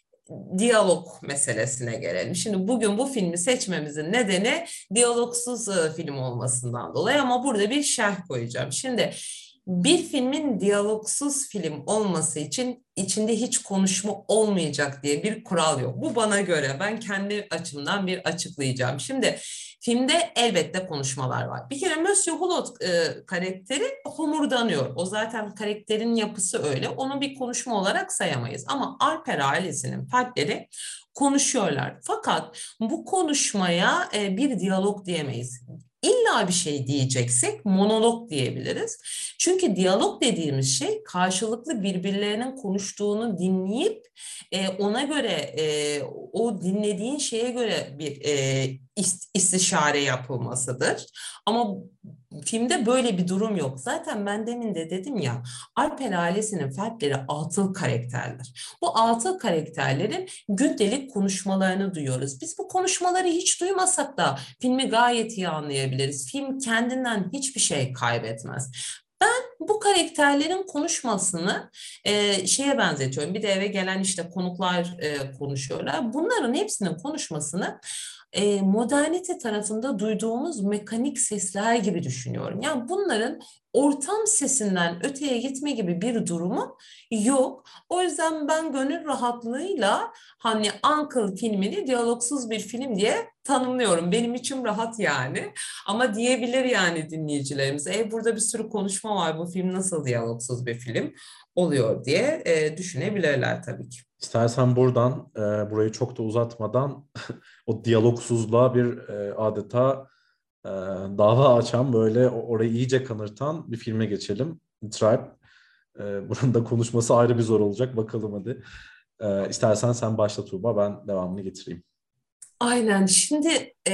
diyalog meselesine gelelim. Şimdi bugün bu filmi seçmemizin nedeni diyalogsuz e, film olmasından dolayı ama burada bir şerh koyacağım. Şimdi bir filmin diyalogsuz film olması için içinde hiç konuşma olmayacak diye bir kural yok. Bu bana göre ben kendi açımdan bir açıklayacağım. Şimdi filmde elbette konuşmalar var. Bir kere Monsieur Hulot e, karakteri homurdanıyor. O zaten karakterin yapısı öyle. Onu bir konuşma olarak sayamayız. Ama Alper ailesinin fertleri konuşuyorlar. Fakat bu konuşmaya e, bir diyalog diyemeyiz. İlla bir şey diyeceksek monolog diyebiliriz. Çünkü diyalog dediğimiz şey karşılıklı birbirlerinin konuştuğunu dinleyip e, ona göre e, o dinlediğin şeye göre bir e, istişare yapılmasıdır. Ama filmde böyle bir durum yok. Zaten ben demin de dedim ya Alper ailesinin fertleri atıl karakterler. Bu atıl karakterlerin gündelik konuşmalarını duyuyoruz. Biz bu konuşmaları hiç duymasak da filmi gayet iyi anlayabiliriz. Film kendinden hiçbir şey kaybetmez. Bu karakterlerin konuşmasını e, şeye benzetiyorum. Bir de eve gelen işte konuklar e, konuşuyorlar. Bunların hepsinin konuşmasını e, modernite tarafında duyduğumuz mekanik sesler gibi düşünüyorum. Yani bunların ortam sesinden öteye gitme gibi bir durumu yok. O yüzden ben gönül rahatlığıyla hani Uncle filmini diyalogsuz bir film diye tanımlıyorum. Benim içim rahat yani. Ama diyebilir yani dinleyicilerimiz. E burada bir sürü konuşma var. Bu film nasıl diyalogsuz bir film oluyor diye e, düşünebilirler tabii ki. İstersen buradan e, burayı çok da uzatmadan o diyalogsuzluğa bir e, adeta e, dava açan böyle o- orayı iyice kanırtan bir filme geçelim. Tribe. E, buranın da konuşması ayrı bir zor olacak. Bakalım hadi. E, istersen sen başla Tuğba, ben devamını getireyim. Aynen. Şimdi e,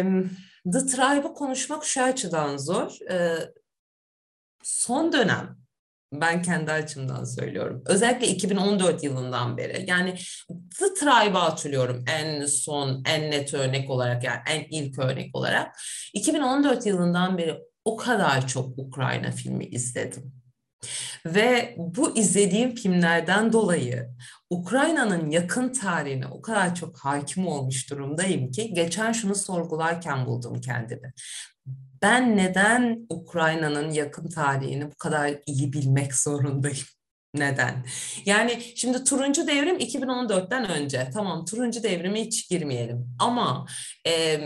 The Tribe'ı konuşmak şu açıdan zor. E, son dönem Ben kendi açımdan söylüyorum. Özellikle iki bin on dört yılından beri. Yani The Tribe'ı hatırlıyorum en son, en net örnek olarak, yani en ilk örnek olarak. iki bin on dört yılından beri o kadar çok Ukrayna filmi izledim. Ve bu izlediğim filmlerden dolayı Ukrayna'nın yakın tarihine o kadar çok hakim olmuş durumdayım ki geçen şunu sorgularken buldum kendimi. Ben neden Ukrayna'nın yakın tarihini bu kadar iyi bilmek zorundayım? Neden? Yani şimdi Turuncu Devrim iki bin on dörtten önce. Tamam, Turuncu Devrim'e hiç girmeyelim. Ama e,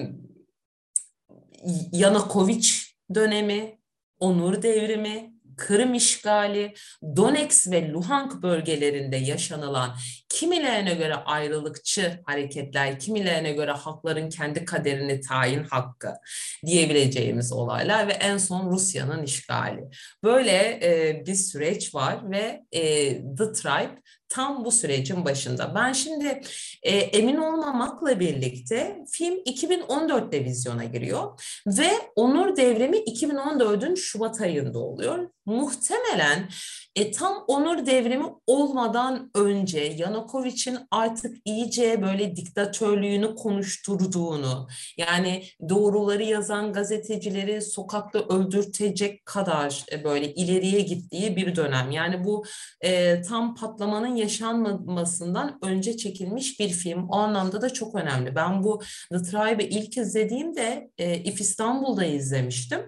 Yanukovych dönemi, Onur Devrimi, Kırım işgali, Donetsk ve Luhansk bölgelerinde yaşanılan kimilerine göre ayrılıkçı hareketler, kimilerine göre halkların kendi kaderini tayin hakkı diyebileceğimiz olaylar ve en son Rusya'nın işgali. Böyle e, bir süreç var ve e, The Tribe tam bu sürecin başında. Ben şimdi e, emin olmamakla birlikte film iki bin on dörtte vizyona giriyor ve Onur Devrimi iki bin on dördün Şubat ayında oluyor. Muhtemelen e, tam Onur Devrimi olmadan önce Yanukovych'in artık iyice böyle diktatörlüğünü konuşturduğunu, yani doğruları yazan gazetecileri sokakta öldürtecek kadar e, böyle ileriye gittiği bir dönem. Yani bu e, tam patlamanın yaşanmamasından önce çekilmiş bir film. O anlamda da çok önemli. Ben bu The Tribe'ı ilk izlediğimde e, If İstanbul'da izlemiştim.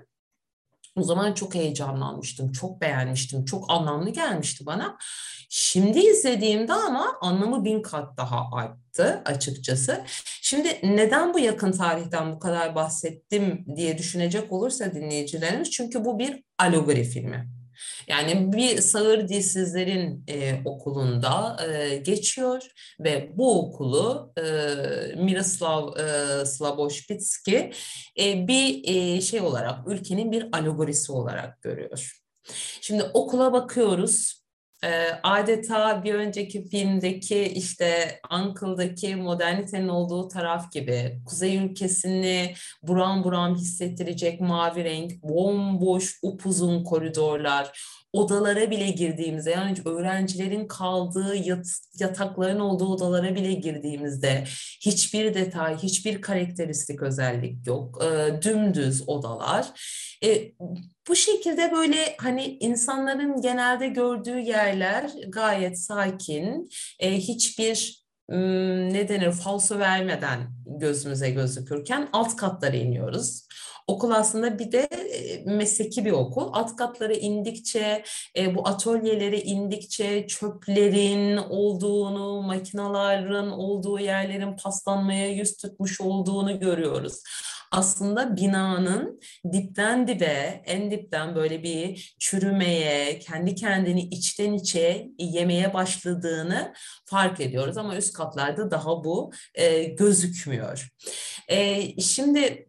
O zaman çok heyecanlanmıştım, çok beğenmiştim, çok anlamlı gelmişti bana. Şimdi izlediğimde ama anlamı bin kat daha arttı açıkçası. Şimdi neden bu yakın tarihten bu kadar bahsettim diye düşünecek olursa dinleyicilerimiz, çünkü bu bir alegori filmi. Yani bir sağır dilsizlerin e, okulunda e, geçiyor ve bu okulu e, Miroslav e, Slaboshpitsky e, bir e, şey olarak, ülkenin bir alegorisi olarak görüyor. Şimdi okula bakıyoruz. E, adeta bir önceki filmdeki işte Uncle'daki modernitenin olduğu taraf gibi kuzey ülkesini buram buram hissettirecek mavi renk, bomboş upuzun koridorlar, odalara bile girdiğimizde, yani öğrencilerin kaldığı yat, yatakların olduğu odalara bile girdiğimizde hiçbir detay, hiçbir karakteristik özellik yok. E, dümdüz odalar. E, Bu şekilde böyle hani insanların genelde gördüğü yerler gayet sakin, e, hiçbir ne denir falso vermeden gözümüze gözükürken alt katlara iniyoruz. Okul aslında bir de mesleki bir okul. Alt katlara indikçe, e, bu atölyelere indikçe çöplerin olduğunu, makinaların olduğu yerlerin paslanmaya yüz tutmuş olduğunu görüyoruz. Aslında binanın dipten dibe, en dipten böyle bir çürümeye, kendi kendini içten içe yemeye başladığını fark ediyoruz. Ama üst katlarda daha bu e, gözükmüyor. E, şimdi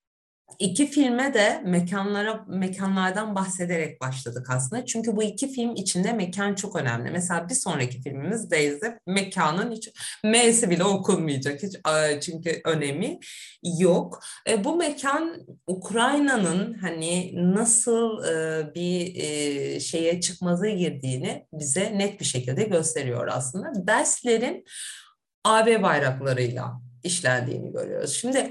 İki filme de mekanlara mekanlardan bahsederek başladık aslında. Çünkü bu iki film içinde mekan çok önemli. Mesela bir sonraki filmimiz Days'de mekanın hiç M'si bile okunmayacak. Hiç çünkü önemi yok. E, bu mekan Ukrayna'nın hani nasıl e, bir e, şeye çıkmaza girdiğini bize net bir şekilde gösteriyor aslında. Derslerin A B bayraklarıyla işlendiğini görüyoruz. Şimdi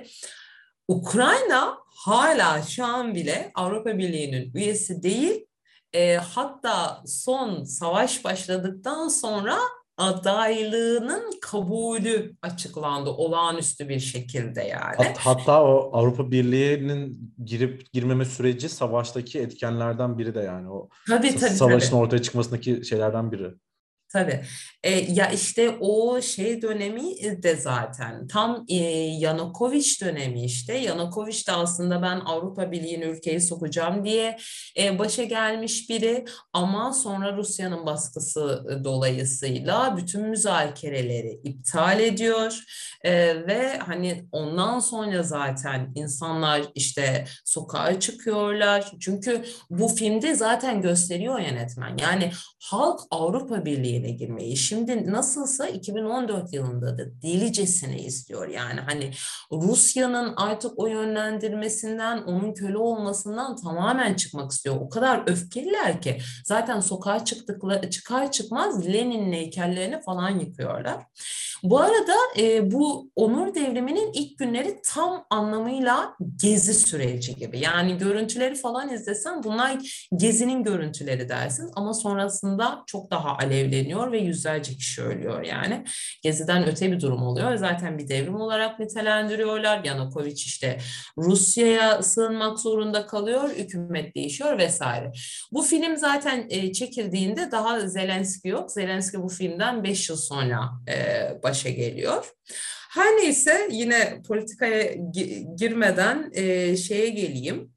Ukrayna hala şu an bile Avrupa Birliği'nin üyesi değil. E, hatta son savaş başladıktan sonra adaylığının kabulü açıklandı olağanüstü bir şekilde yani. Hat, hatta o Avrupa Birliği'nin girip girmeme süreci savaştaki etkenlerden biri de yani o Tabii sa- tabii savaşın tabii. ortaya çıkmasındaki şeylerden biri. Tabii. E, ya işte o şey dönemi de zaten tam e, Yanukovych dönemi işte. Yanukovych de aslında ben Avrupa Birliği'ne ülkeyi sokacağım diye e, başa gelmiş biri ama sonra Rusya'nın baskısı dolayısıyla bütün müzakereleri iptal ediyor. E, ve hani ondan sonra zaten insanlar işte sokağa çıkıyorlar. Çünkü bu filmde zaten gösteriyor yönetmen. Yani halk Avrupa Birliği şeyine girmeyi. Şimdi nasılsa iki bin on dört yılında da delicesine istiyor. Yani hani Rusya'nın artık o yönlendirmesinden, onun köle olmasından tamamen çıkmak istiyor. O kadar öfkeliler ki zaten sokağa çıktıkları çıkar çıkmaz Lenin'in heykellerini falan yıkıyorlar. Bu arada e, bu onur devriminin ilk günleri tam anlamıyla gezi süreci gibi. Yani görüntüleri falan izlesen bunlar gezinin görüntüleri dersin ama sonrasında çok daha alevleniyor ve yüzlerce kişi ölüyor yani. Geziden öte bir durum oluyor. Zaten bir devrim olarak nitelendiriyorlar. Yanukovych işte Rusya'ya sığınmak zorunda kalıyor, hükümet değişiyor vesaire. Bu film zaten e, çekildiğinde daha Zelenski yok. Zelenski bu filmden beş yıl sonra e, başa geliyor. Her neyse yine politikaya girmeden e, şeye geleyim.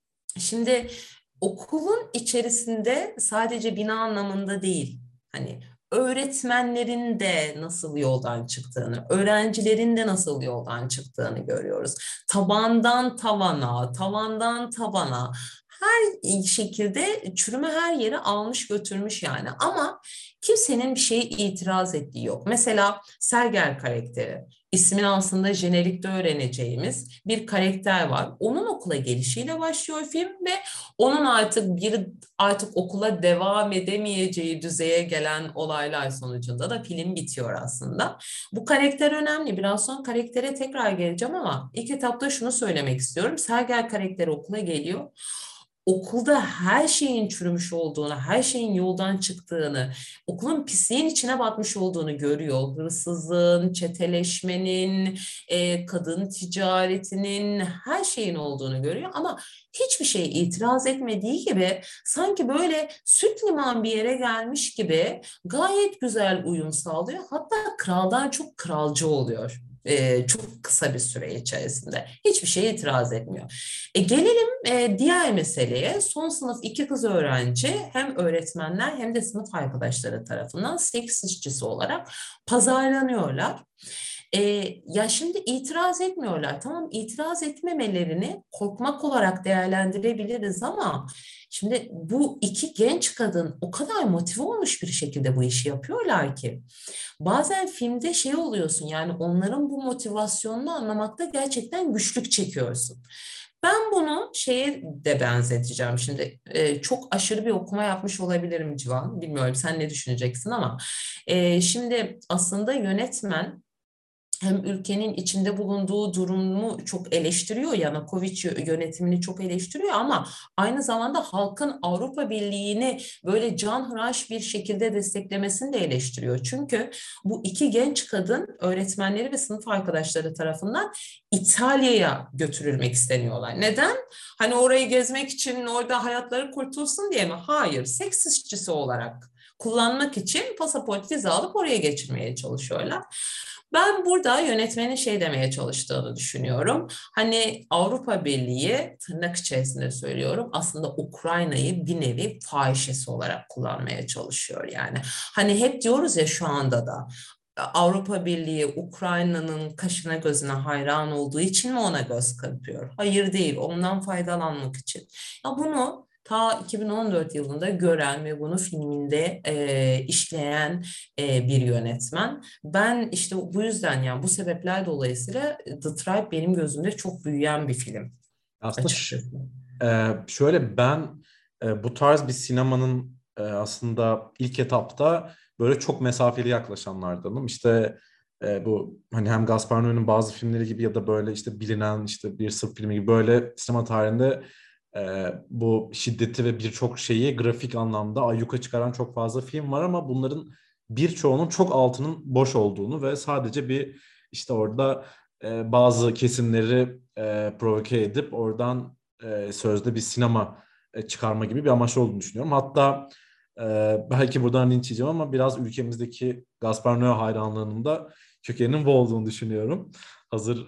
Şimdi okulun içerisinde sadece bina anlamında değil, hani öğretmenlerin de nasıl yoldan çıktığını, öğrencilerin de nasıl yoldan çıktığını görüyoruz. Tabandan tavana, tavandan tabana her şekilde çürüme her yere almış götürmüş yani. Ama kimsenin bir şeye itiraz ettiği yok. Mesela Serger karakteri. İsmin aslında jenerikte öğreneceğimiz bir karakter var. Onun okula gelişiyle başlıyor film ve onun artık bir artık okula devam edemeyeceği düzeye gelen olaylar sonucunda da film bitiyor aslında. Bu karakter önemli. Biraz sonra karaktere tekrar geleceğim ama ilk etapta şunu söylemek istiyorum. Serger karakteri okula geliyor. Okulda her şeyin çürümüş olduğunu, her şeyin yoldan çıktığını, okulun pisliğin içine batmış olduğunu görüyor. Hırsızlığın, çeteleşmenin, e, kadın ticaretinin, her şeyin olduğunu görüyor. Ama hiçbir şeye itiraz etmediği gibi sanki böyle süt liman bir yere gelmiş gibi gayet güzel uyum sağlıyor. Hatta kraldan çok kralcı oluyor. Ee, çok kısa bir süre içerisinde. Hiçbir şeye itiraz etmiyor. E, gelelim e, diğer meseleye. Son sınıf iki kız öğrenci hem öğretmenler hem de sınıf arkadaşları tarafından seks işçisi olarak pazarlanıyorlar. E, ya şimdi itiraz etmiyorlar. Tamam, itiraz etmemelerini korkmak olarak değerlendirebiliriz ama şimdi bu iki genç kadın o kadar motive olmuş bir şekilde bu işi yapıyorlar ki bazen filmde şey oluyorsun, yani onların bu motivasyonunu anlamakta gerçekten güçlük çekiyorsun. Ben bunu şeye de benzeteceğim. Şimdi e, çok aşırı bir okuma yapmış olabilirim Civan. Bilmiyorum sen ne düşüneceksin ama e, şimdi aslında yönetmen hem ülkenin içinde bulunduğu durumu çok eleştiriyor, Yanukovych yönetimini çok eleştiriyor ama aynı zamanda halkın Avrupa Birliği'ni böyle canhıraş bir şekilde desteklemesini de eleştiriyor. Çünkü bu iki genç kadın öğretmenleri ve sınıf arkadaşları tarafından İtalya'ya götürülmek isteniyorlar. Neden? Hani orayı gezmek için, orada hayatları kurtulsun diye mi? Hayır, seks işçisi olarak kullanmak için pasaport vize alıp oraya geçirmeye çalışıyorlar. Ben burada yönetmenin şey demeye çalıştığını düşünüyorum. Hani Avrupa Birliği, tırnak içerisinde söylüyorum, aslında Ukrayna'yı bir nevi fahişesi olarak kullanmaya çalışıyor yani. Hani hep diyoruz ya şu anda da Avrupa Birliği Ukrayna'nın kaşına gözüne hayran olduğu için mi ona göz kırpıyor? Hayır değil, ondan faydalanmak için. Ya bunu ta iki bin on dört yılında gören ve bunu filminde e, işleyen e, bir yönetmen. Ben işte bu yüzden, yani bu sebepler dolayısıyla The Tribe benim gözümde çok büyüyen bir film Aslında ş- açıkçası. e, şöyle ben e, bu tarz bir sinemanın e, aslında ilk etapta böyle çok mesafeli yaklaşanlardanım. İşte e, bu hani hem Gaspar Noé'nin bazı filmleri gibi ya da böyle işte bilinen işte bir Sırp filmi gibi böyle sinema tarihinde e, bu şiddeti ve birçok şeyi grafik anlamda ayyuka çıkaran çok fazla film var ama bunların birçoğunun çok altının boş olduğunu ve sadece bir işte orada e, bazı kesimleri e, provoke edip oradan e, sözde bir sinema e, çıkarma gibi bir amaç olduğunu düşünüyorum. Hatta e, belki buradan linç yiyeceğim ama biraz ülkemizdeki Gaspar Noé hayranlığının da kökeninin bu olduğunu düşünüyorum. Hazır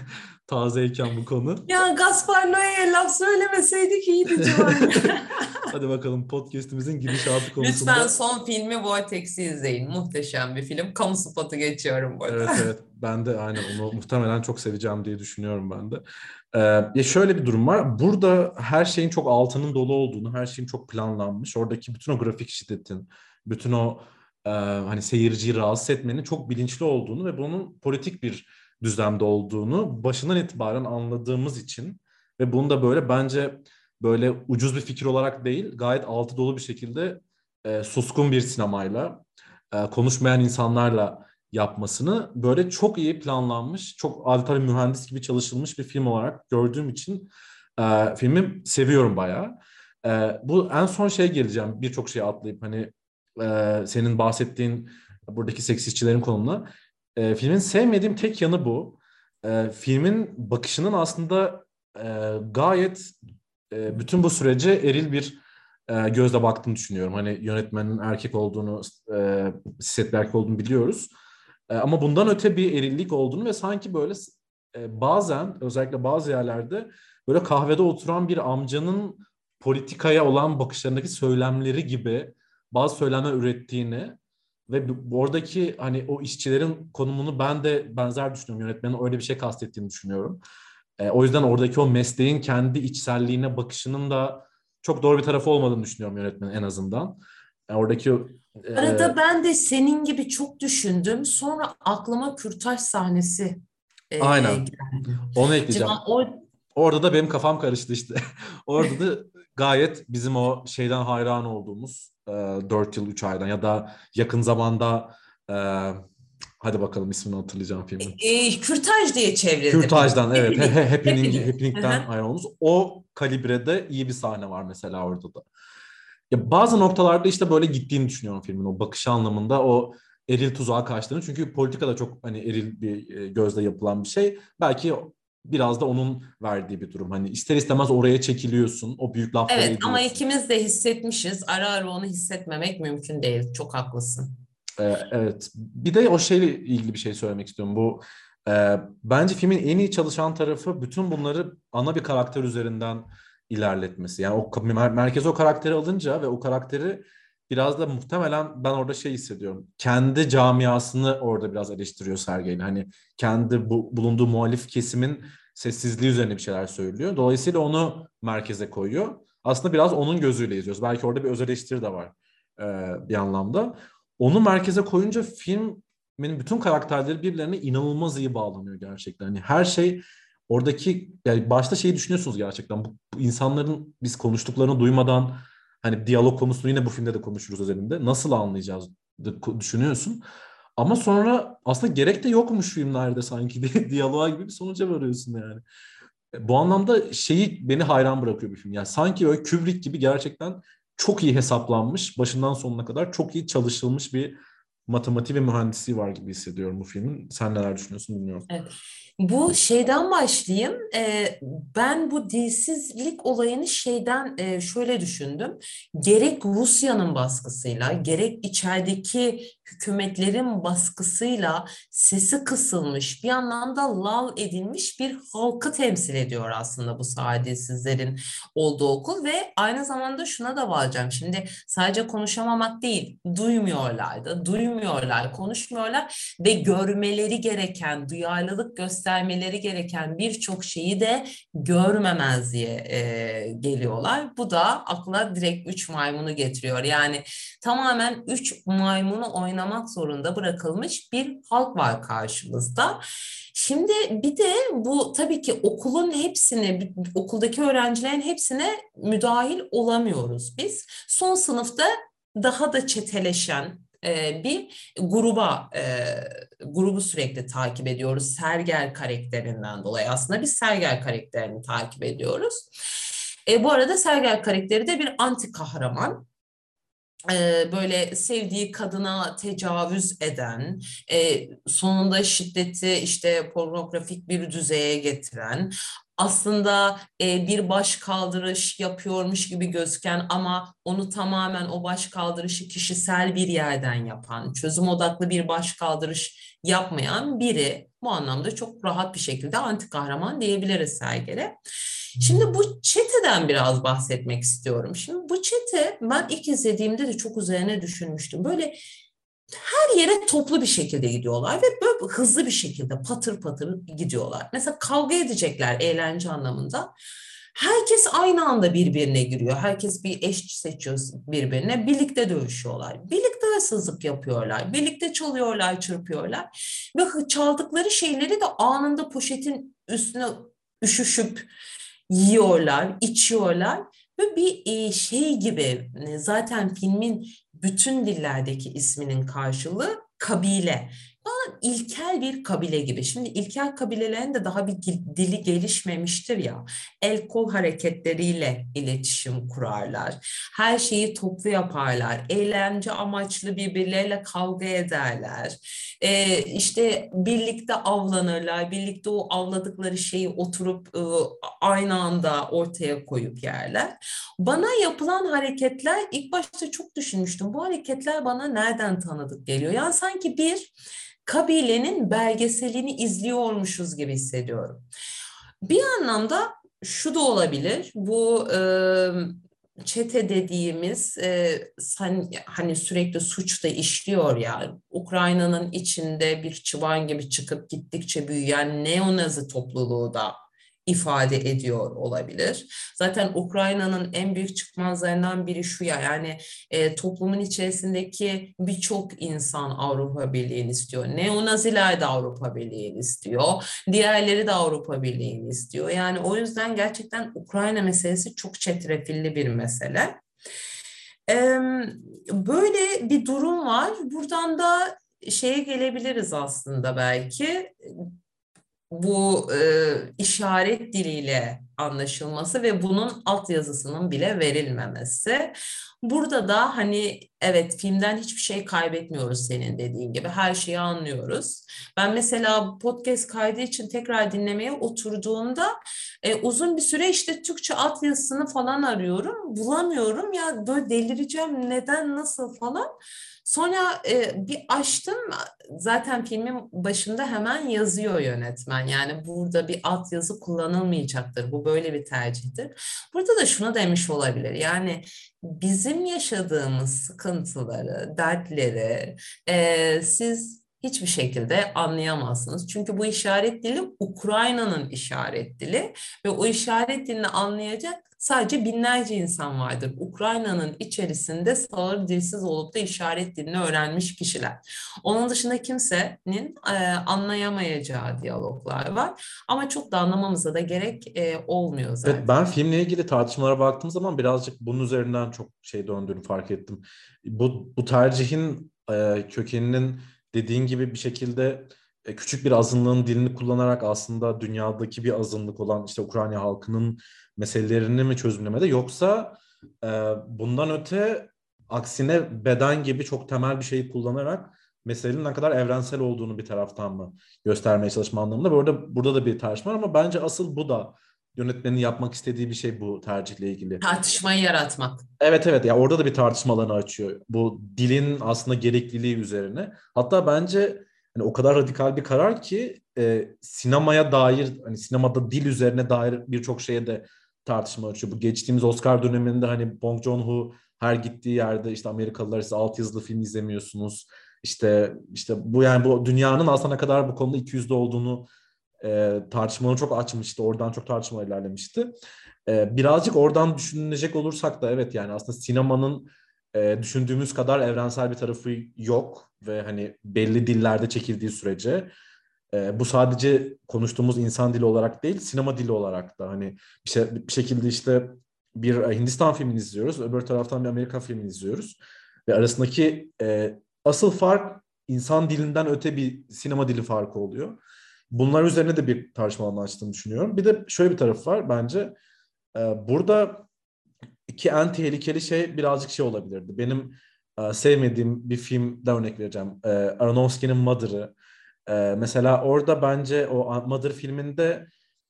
tazeyken bu konu. Ya Gaspar Noé'ye laf söylemeseydik iyiydi Civan. Hadi bakalım podcast'imizin gidişatı Lütfen konusunda. son filmi Vortex'i izleyin. Muhteşem bir film. Kamu spotu geçiyorum burada. Evet, evet, ben de aynen onu muhtemelen çok seveceğim diye düşünüyorum ben de. Ee, ya şöyle bir durum var. Burada her şeyin çok altının dolu olduğunu, her şeyin çok planlanmış. Oradaki bütün o grafik şiddetin, bütün o e, hani seyirciyi rahatsız etmenin çok bilinçli olduğunu ve bunun politik bir düzlemde olduğunu başından itibaren anladığımız için ve bunu da böyle bence böyle ucuz bir fikir olarak değil, gayet altı dolu bir şekilde e, suskun bir sinemayla, e, konuşmayan insanlarla yapmasını böyle çok iyi planlanmış, çok adeta bir mühendis gibi çalışılmış bir film olarak gördüğüm için e, filmi seviyorum bayağı. E, bu en son şeye geleceğim, birçok şeyi atlayıp hani e, senin bahsettiğin buradaki seksistçilerin konumuna. E, filmin sevmediğim tek yanı bu. E, filmin bakışının aslında e, gayet e, bütün bu sürece eril bir e, gözle baktığını düşünüyorum. Hani yönetmenin erkek olduğunu, e, set bir erkek olduğunu biliyoruz. E, ama bundan öte bir erillik olduğunu ve sanki böyle e, bazen, özellikle bazı yerlerde böyle kahvede oturan bir amcanın politikaya olan bakışlarındaki söylemleri gibi bazı söylemler ürettiğini ve bu- oradaki hani o işçilerin konumunu ben de benzer düşünüyorum. Yönetmenin öyle bir şey kastettiğini düşünüyorum. E, o yüzden oradaki o mesleğin kendi içselliğine bakışının da çok doğru bir tarafı olmadığını düşünüyorum yönetmenin en azından. E, oradaki e, Arada ben de senin gibi çok düşündüm. Sonra aklıma kürtaj sahnesi e, aynen geldi. onu ekleyeceğim. Civan, o Orada da benim kafam karıştı işte. Orada da gayet bizim o şeyden hayran olduğumuz e, dört yıl üç aydan ya da yakın zamanda e, hadi bakalım ismini hatırlayacağım filmin. e, kürtaj diye çevrildi film. Kürtaj'dan evet. He, he, Happening. Happening, Happening. Hı Happening'den hı. hayran olduğumuz o kalibrede iyi bir sahne var mesela orada da. Ya bazı noktalarda işte böyle gittiğini düşünüyorum filmin o bakışı anlamında o eril tuzağa kaçtığını. Çünkü politika da çok hani eril bir e, gözle yapılan bir şey. Belki biraz da onun verdiği bir durum. Hani ister istemez oraya çekiliyorsun. O büyük lafları Evet ama ediyorsun. ikimiz de hissetmişiz. Ara ara onu hissetmemek mümkün değil. Çok haklısın. Ee, evet. Bir de o şeyle ilgili bir şey söylemek istiyorum. Bu e, bence filmin en iyi çalışan tarafı bütün bunları ana bir karakter üzerinden ilerletmesi. Yani o mer- merkeze o karakteri alınca ve o karakteri biraz da muhtemelen ben orada şey hissediyorum. Kendi camiasını orada biraz eleştiriyor Sergey'le. Hani kendi bu, bulunduğu muhalif kesimin sessizliği üzerine bir şeyler söylüyor. Dolayısıyla onu merkeze koyuyor. Aslında biraz onun gözüyle izliyoruz. Belki orada bir öz eleştiri de var e, bir anlamda. Onu merkeze koyunca filmin bütün karakterleri birbirlerine inanılmaz iyi bağlanıyor gerçekten. Hani her şey oradaki yani başta şeyi düşünüyorsunuz gerçekten. Bu, bu insanların biz konuştuklarını duymadan hani diyalog konusunu yine bu filmde de konuşuruz özelinde. Nasıl anlayacağız da düşünüyorsun. Ama sonra aslında gerek de yokmuş filmlerde sanki diye diyaloğa gibi bir sonuca varıyorsun yani. E, Bu anlamda şeyi beni hayran bırakıyor bir film. Yani sanki öyle Kubrick gibi gerçekten çok iyi hesaplanmış, başından sonuna kadar çok iyi çalışılmış bir matematiği ve mühendisliği var gibi hissediyorum bu filmin. Sen neler düşünüyorsun bilmiyorum. Evet. Bu şeyden başlayayım. Ee, ben bu dilsizlik olayını şeyden e, şöyle düşündüm. Gerek Rusya'nın baskısıyla, gerek içerideki hükümetlerin baskısıyla sesi kısılmış, bir anlamda lal edilmiş bir halkı temsil ediyor aslında bu saadsizlerin olduğu okul ve aynı zamanda şuna da varacağım. Şimdi sadece konuşamamak değil, duymuyorlar da, duymuyorlar, konuşmuyorlar ve görmeleri gereken, duyarlılık göstermeleri gereken birçok şeyi de görmemezliğe e, geliyorlar. Bu da akla direkt üç maymunu getiriyor. Yani tamamen üç maymunu oynamak zorunda bırakılmış bir halk var karşımızda. Şimdi bir de bu tabii ki okulun hepsine, okuldaki öğrencilerin hepsine müdahil olamıyoruz biz. Son sınıfta daha da çeteleşen e, bir gruba e, grubu sürekli takip ediyoruz. Serger karakterinden dolayı aslında biz Serger karakterini takip ediyoruz. E, bu arada Serger karakteri de bir anti kahraman. E, böyle sevdiği kadına tecavüz eden, e, sonunda şiddeti işte pornografik bir düzeye getiren, aslında e, bir baş kaldırış yapıyormuş gibi gözüken ama onu tamamen o baş kaldırışı kişisel bir yerden yapan, çözüm odaklı bir baş kaldırış yapmayan biri. Bu anlamda çok rahat bir şekilde anti kahraman diyebiliriz Serger'e. Şimdi bu çeteden biraz bahsetmek istiyorum. Şimdi bu çete ben ilk izlediğimde de çok üzerine düşünmüştüm. Böyle her yere toplu bir şekilde gidiyorlar ve böyle hızlı bir şekilde patır patır gidiyorlar. Mesela kavga edecekler eğlence anlamında. Herkes aynı anda birbirine giriyor. Herkes bir eş seçiyor birbirine. Birlikte dövüşüyorlar. Birlikte hırsızlık yapıyorlar. Birlikte çalıyorlar, çırpıyorlar. Ve çaldıkları şeyleri de anında poşetin üstüne üşüşüp yiyorlar, içiyorlar. Ve bir e, şey gibi, e, zaten filmin bütün dillerdeki isminin karşılığı kabile. İlkel bir kabile gibi. Şimdi ilkel kabilelerin de daha bir dili gelişmemiştir ya. El kol hareketleriyle iletişim kurarlar. Her şeyi toplu yaparlar. Eğlence amaçlı birbirleriyle kavga ederler. Ee, işte birlikte avlanırlar. Birlikte o avladıkları şeyi oturup e, aynı anda ortaya koyup yerler. Bana yapılan hareketler, ilk başta çok düşünmüştüm. Bu hareketler bana nereden tanıdık geliyor? Yani sanki bir kabilenin belgeselini izliyormuşuz gibi hissediyorum. Bir anlamda şu da olabilir. Bu e, çete dediğimiz e, san, hani sürekli suç da işliyor ya. Ukrayna'nın içinde bir çıban gibi çıkıp gittikçe büyüyen neonazi topluluğu da ifade ediyor olabilir. Zaten Ukrayna'nın en büyük çıkmazlarından biri şu ya, yani e, toplumun içerisindeki birçok insan Avrupa Birliği'ni istiyor. Neonaziler de Avrupa Birliği'ni istiyor. Diğerleri de Avrupa Birliği'ni istiyor. Yani o yüzden gerçekten Ukrayna meselesi çok çetrefilli bir mesele. E, Böyle bir durum var. Buradan da şeye gelebiliriz aslında belki, bu e, işaret diliyle anlaşılması ve bunun altyazısının bile verilmemesi. Burada da hani evet, filmden hiçbir şey kaybetmiyoruz, senin dediğin gibi her şeyi anlıyoruz. Ben mesela podcast kaydı için tekrar dinlemeye oturduğumda e, uzun bir süre işte Türkçe altyazısını falan arıyorum, bulamıyorum ya, böyle delireceğim, neden, nasıl falan. Sonra e, bir açtım, zaten filmin başında hemen yazıyor yönetmen. Yani burada bir altyazı kullanılmayacaktır. Bu böyle bir tercihtir. Burada da şunu demiş olabilir. Yani bizim yaşadığımız sıkıntıları, dertleri e, siz hiçbir şekilde anlayamazsınız. Çünkü bu işaret dili Ukrayna'nın işaret dili ve o işaret dilini anlayacak sadece binlerce insan vardır. Ukrayna'nın içerisinde sağır dilsiz olup da işaret dilini öğrenmiş kişiler. Onun dışında kimsenin e, anlayamayacağı diyaloglar var. Ama çok da anlamamıza da gerek e, olmuyor Evet, zaten. ben filmle ilgili tartışmalara baktığım zaman birazcık bunun üzerinden çok şey döndüğünü fark ettim. Bu, bu tercihin e, kökeninin dediğin gibi bir şekilde e, küçük bir azınlığın dilini kullanarak aslında dünyadaki bir azınlık olan işte Ukrayna halkının meselelerini mi çözümlemede, yoksa e, bundan öte aksine beden gibi çok temel bir şeyi kullanarak meselenin ne kadar evrensel olduğunu bir taraftan mı göstermeye çalışma anlamında. Bu arada burada da bir tartışma var ama bence asıl bu da yönetmenin yapmak istediği bir şey, bu tercihle ilgili. Tartışmayı yaratmak. Evet, evet, ya orada da bir tartışma alanı açıyor. Bu dilin aslında gerekliliği üzerine. Hatta bence hani o kadar radikal bir karar ki e, sinemaya dair, hani sinemada dil üzerine dair birçok şeye de tartışma açıyor. Bu geçtiğimiz Oscar döneminde hani Bong Joon-ho her gittiği yerde işte Amerikalılar size altyazılı film izlemiyorsunuz. İşte işte bu, yani bu dünyanın aslında ne kadar bu konuda ikiyüzlü olduğunu e, tartışmaları çok açmıştı. Oradan çok tartışma ilerlemişti. E, birazcık oradan düşünecek olursak da evet, yani aslında sinemanın e, düşündüğümüz kadar evrensel bir tarafı yok ve hani belli dillerde çekildiği sürece e, bu sadece konuştuğumuz insan dili olarak değil, sinema dili olarak da hani bir, şey, bir şekilde işte bir Hindistan filmini izliyoruz, öbür taraftan bir Amerika filmini izliyoruz ve arasındaki e, asıl fark insan dilinden öte bir sinema dili farkı oluyor. Bunlar üzerine de bir tartışma alanı açtığını düşünüyorum. Bir de şöyle bir tarafı var bence. Ee, burada iki en tehlikeli şey birazcık şey olabilirdi. Benim e, sevmediğim bir filmde örnek vereceğim. E, Aronofsky'nin Mother'ı. E, mesela orada bence o Mother filminde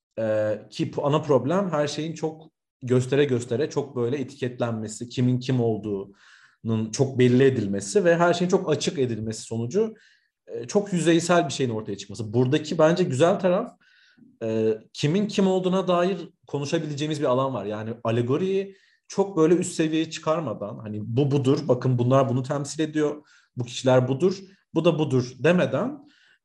e, ki ana problem her şeyin çok göstere göstere çok böyle etiketlenmesi, kimin kim olduğunun çok belli edilmesi ve her şeyin çok açık edilmesi sonucu e, çok yüzeysel bir şeyin ortaya çıkması. Buradaki bence güzel taraf e, kimin kim olduğuna dair konuşabileceğimiz bir alan var. Yani alegoriyi çok böyle üst seviyeye çıkarmadan hani bu budur, bakın bunlar bunu temsil ediyor, bu kişiler budur, bu da budur demeden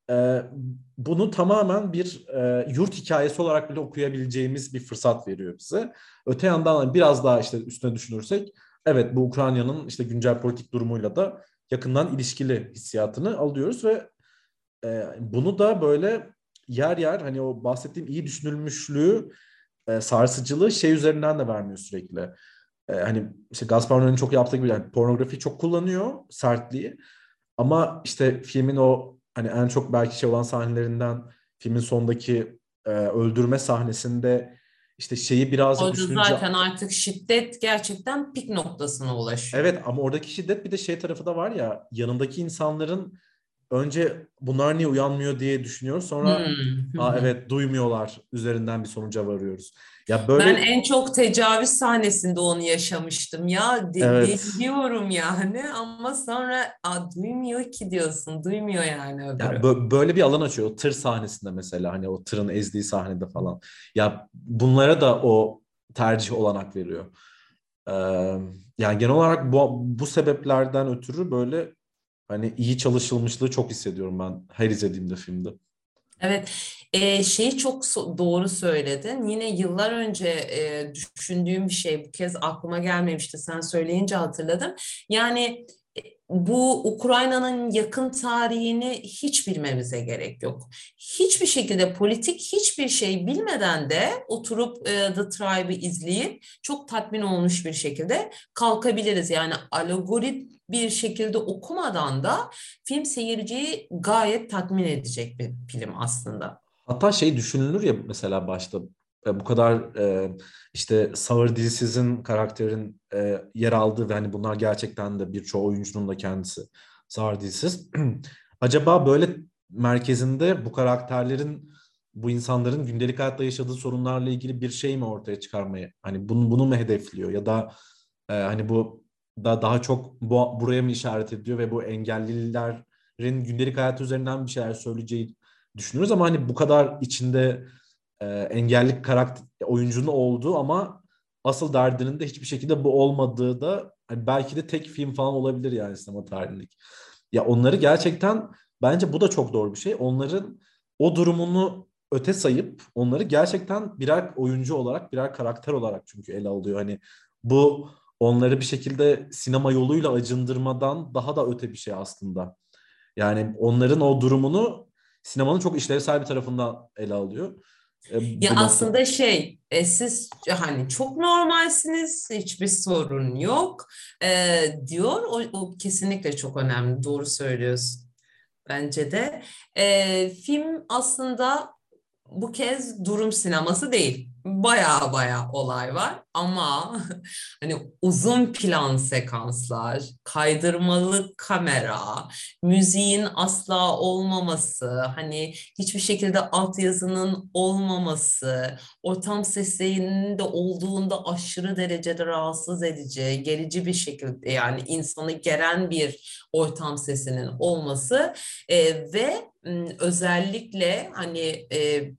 e, bunu tamamen bir e, yurt hikayesi olarak bile okuyabileceğimiz bir fırsat veriyor bize. Öte yandan biraz daha işte üstüne düşünürsek, evet, bu Ukrayna'nın işte güncel politik durumuyla da yakından ilişkili hissiyatını alıyoruz ve e, bunu da böyle yer yer hani o bahsettiğim iyi düşünülmüşlüğü, e, sarsıcılığı şey üzerinden de vermiyor sürekli. E, hani işte Gaspar Noé'nin çok yaptığı gibi yani pornografi çok kullanıyor, sertliği. Ama işte filmin o hani en çok belki şey olan sahnelerinden, filmin sondaki e, öldürme sahnesinde işte şeyi birazcık Orada düşününce, zaten artık şiddet gerçekten pik noktasına ulaşıyor. evet, ama oradaki şiddet bir de şey tarafı da var ya, yanındaki insanların önce bunlar niye uyanmıyor diye düşünüyoruz. Sonra Hmm, hı aa hı. evet duymuyorlar üzerinden bir sonuca varıyoruz. Ya Ben böyle, en çok tecavüz sahnesinde onu yaşamıştım ya, de, evet. deliriyorum yani, ama sonra "Aa, duymuyor ki" diyorsun, duymuyor yani Ya öbürü. bö- böyle bir alan açıyor. O tır sahnesinde mesela, hani o tırın ezdiği sahnede falan. Ya bunlara da o tercih olanak veriyor. Ee, Yani genel olarak bu, bu sebeplerden ötürü böyle hani iyi çalışılmışlığı çok hissediyorum ben her izlediğimde filmde. Evet, e, şeyi çok so- doğru söyledin. Yine yıllar önce e, düşündüğüm bir şey, bu kez aklıma gelmemişti. Sen söyleyince hatırladım. Yani e, bu Ukrayna'nın yakın tarihini hiç bilmemize gerek yok. Hiçbir şekilde politik hiçbir şey bilmeden de oturup e, The Tribe'ı izleyip çok tatmin olmuş bir şekilde kalkabiliriz. Yani alegorik bir şekilde okumadan da film seyirciyi gayet tatmin edecek bir film aslında. Hatta şey düşünülür ya, mesela başta e, bu kadar e, işte Sağır Dilsiz'in karakterin e, yer aldığı ve hani bunlar gerçekten de birçok oyuncunun da kendisi Sağır Dilsiz. Acaba böyle merkezinde bu karakterlerin, bu insanların gündelik hayatta yaşadığı sorunlarla ilgili bir şey mi ortaya çıkarmayı, hani bunu, bunu mu hedefliyor, ya da e, hani bu da daha çok bu, buraya mı işaret ediyor ve bu engellilerin gündelik hayatı üzerinden bir şeyler söyleyeceği düşünürüz, ama hani bu kadar içinde e, engelli karakter oyuncunun olduğu ama asıl derdinin de hiçbir şekilde bu olmadığı da hani belki de tek film falan olabilir yani sinema tarihindeki. Ya onları gerçekten, bence bu da çok doğru bir şey. Onların o durumunu öte sayıp onları gerçekten birer oyuncu olarak, birer karakter olarak çünkü ele alıyor. Hani bu onları bir şekilde sinema yoluyla acındırmadan daha da öte bir şey aslında. Yani onların o durumunu sinemanın çok işlevsel bir tarafından ele alıyor. E, Ya bu nokta. aslında şey, e, siz hani çok normalsiniz, hiçbir sorun yok e, diyor. O, o kesinlikle çok önemli, doğru söylüyorsun bence de. E, film aslında bu kez durum sineması değil. Baya baya olay var ama hani uzun plan sekanslar, kaydırmalı kamera, müziğin asla olmaması, hani hiçbir şekilde altyazının olmaması, ortam seslerinin de olduğunda aşırı derecede rahatsız edici, gerici bir şekilde, yani insanı geren bir ortam sesinin olması e, ve m, özellikle hani e,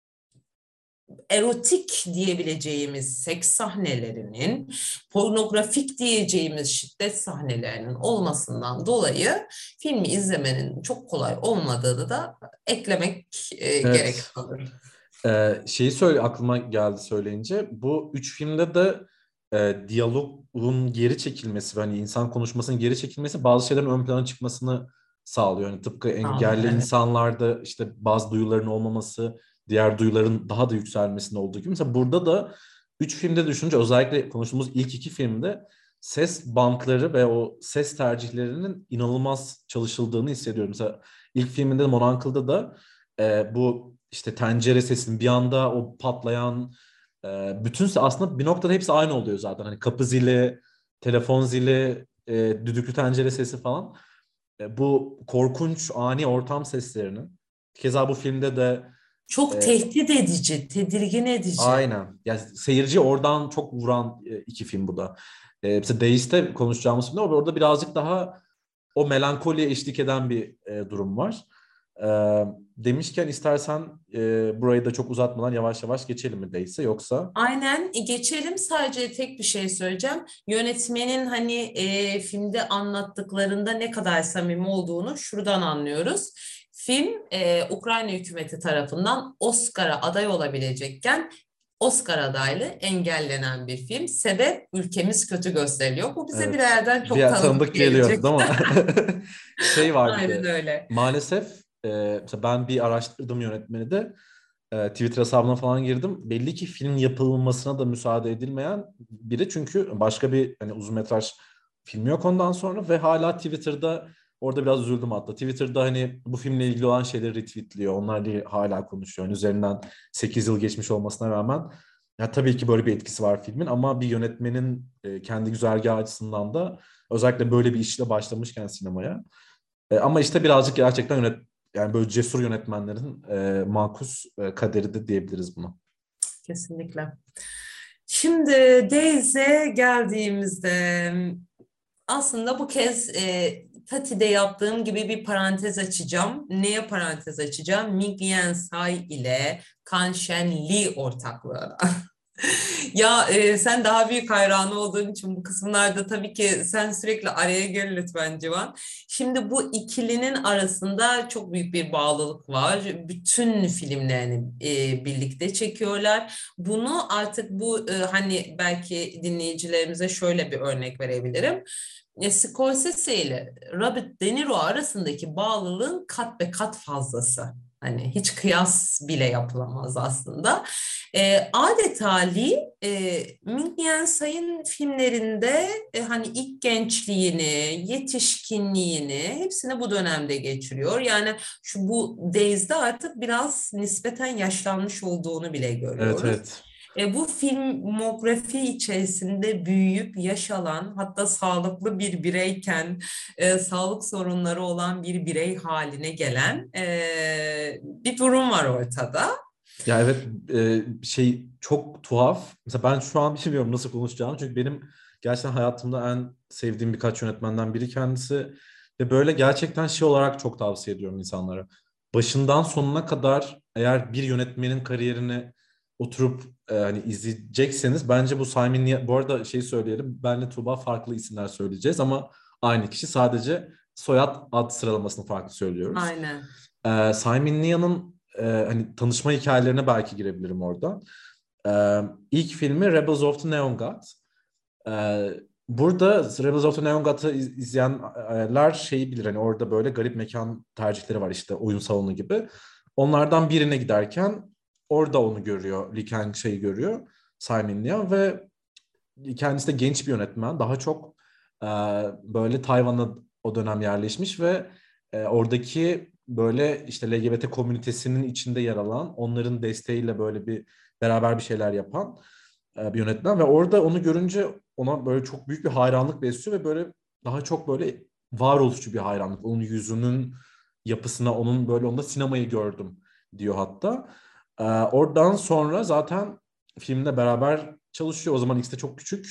erotik diyebileceğimiz seks sahnelerinin, pornografik diyeceğimiz şiddet sahnelerinin olmasından dolayı filmi izlemenin çok kolay olmadığını da eklemek e, gerek Evet. kalır. Ee, şeyi söyle, aklıma geldi söyleyince. Bu üç filmde de e, diyalogun geri çekilmesi ve hani insan konuşmasının geri çekilmesi bazı şeylerin ön plana çıkmasını sağlıyor. Hani tıpkı Sağlıyor, engelli evet. insanlarda işte bazı duyuların olmaması, diğer duyuların daha da yükselmesinde olduğu gibi. Mesela burada da üç filmde düşününce, özellikle konuştuğumuz ilk iki filmde ses bantları ve o ses tercihlerinin inanılmaz çalışıldığını hissediyorum. Mesela ilk filminde Monancle'da da e, bu işte tencere sesinin bir anda o patlayan e, bütün se- aslında bir noktada hepsi aynı oluyor zaten. Hani kapı zili, telefon zili, e, düdüklü tencere sesi falan. E, bu korkunç ani ortam seslerinin, keza bu filmde de Çok e, tehdit edici, tedirgin edici. aynen. Yani seyirci oradan çok vuran e, iki film bu da. E, mesela Deist'te konuşacağımız film, ama orada birazcık daha o melankoliye eşlik eden bir e, durum var. E, Demişken istersen e, burayı da çok uzatmadan yavaş yavaş geçelim mi Deist'e, yoksa? Aynen, e, geçelim, sadece tek bir şey söyleyeceğim. Yönetmenin hani e, filmde anlattıklarında ne kadar samimi olduğunu şuradan anlıyoruz. Film e, Ukrayna hükümeti tarafından Oscar'a aday olabilecekken Oscar adaylığı engellenen bir film. Sebep ülkemiz kötü gösteriliyor. Bu bize bir Evet. yerden Bir çok yer tanıdık tanıdık geliyor gelecek. değil mi? Şey var bir Aynen de. öyle. Maalesef e, mesela ben bir araştırdım yönetmeni de. E, Twitter hesabına falan girdim. Belli ki film yapılmasına da müsaade edilmeyen biri. Çünkü başka bir hani uzun metraj filmi yok ondan sonra ve hala Twitter'da orada biraz üzüldüm hatta. Twitter'da hani bu filmle ilgili olan şeyleri retweetliyor. Onlar diye hala konuşuyor. Yani üzerinden sekiz yıl geçmiş olmasına rağmen ya tabii ki böyle bir etkisi var filmin ama bir yönetmenin e, kendi güzergahı açısından da özellikle böyle bir işle başlamışken sinemaya. E, ama işte birazcık gerçekten yönet yani böyle cesur yönetmenlerin e, makus e, kaderi de diyebiliriz buna. Kesinlikle. Şimdi Days'e geldiğimizde aslında bu kez e, Tati'de yaptığım gibi bir parantez açacağım. Neye parantez açacağım? Ming Yen-sai ile Kan Shen Lee ortaklığı. Ya e, sen daha büyük hayranı olduğun için bu kısımlarda tabii ki sen sürekli araya gir lütfen Civan. Şimdi bu ikilinin arasında çok büyük bir bağlılık var. Bütün filmlerini e, birlikte çekiyorlar. Bunu artık bu e, hani belki dinleyicilerimize şöyle bir örnek verebilirim. E, Scorsese ile Robert De Niro arasındaki bağlılığın kat be kat fazlası. Hani hiç kıyas bile yapılamaz aslında. E, adeta Lee, e, Ming Yen Say'ın filmlerinde e, hani ilk gençliğini, yetişkinliğini hepsini bu dönemde geçiriyor. Yani şu bu Days'de artık biraz nispeten yaşlanmış olduğunu bile Evet, görüyoruz. evet. E, bu filmografi içerisinde büyüyüp yaşanan hatta sağlıklı bir bireyken e, sağlık sorunları olan bir birey haline gelen e, bir durum var ortada. Ya evet, e, şey çok tuhaf. Mesela ben şu an bilmiyorum nasıl konuşacağımı. Çünkü benim gerçekten hayatımda en sevdiğim birkaç yönetmenden biri kendisi. Ve böyle gerçekten şey olarak çok tavsiye ediyorum insanlara. Başından sonuna kadar eğer bir yönetmenin kariyerini oturup e, hani izleyecekseniz bence bu Simon Nia- bu arada şey söyleyelim. Benle Tuğba farklı isimler söyleyeceğiz ama aynı kişi, sadece soyad ad sıralamasını farklı söylüyoruz. Aynen. E, Simon Nia'nın e, hani tanışma hikayelerine belki girebilirim orada. E, ilk filmi Rebels of the Neon God. E, burada Rebels of the Neon God'ı iz- izleyenler şeyi bilir, hani orada böyle garip mekan tercihleri var, işte oyun salonu gibi. Onlardan birine giderken orada onu görüyor. Lee Kang şeyi görüyor. Simon Nia ve kendisi de genç bir yönetmen. Daha çok e, böyle Tayvan'a o dönem yerleşmiş ve e, oradaki böyle işte L G B T komünitesinin içinde yer alan, onların desteğiyle böyle bir beraber bir şeyler yapan e, bir yönetmen ve orada onu görünce ona böyle çok büyük bir hayranlık besliyor ve böyle daha çok böyle varoluşçu bir hayranlık. Onun yüzünün yapısına, onun böyle onda sinemayı gördüm diyor hatta. E, oradan sonra zaten filmde beraber çalışıyor. O zaman ikisi de çok küçük.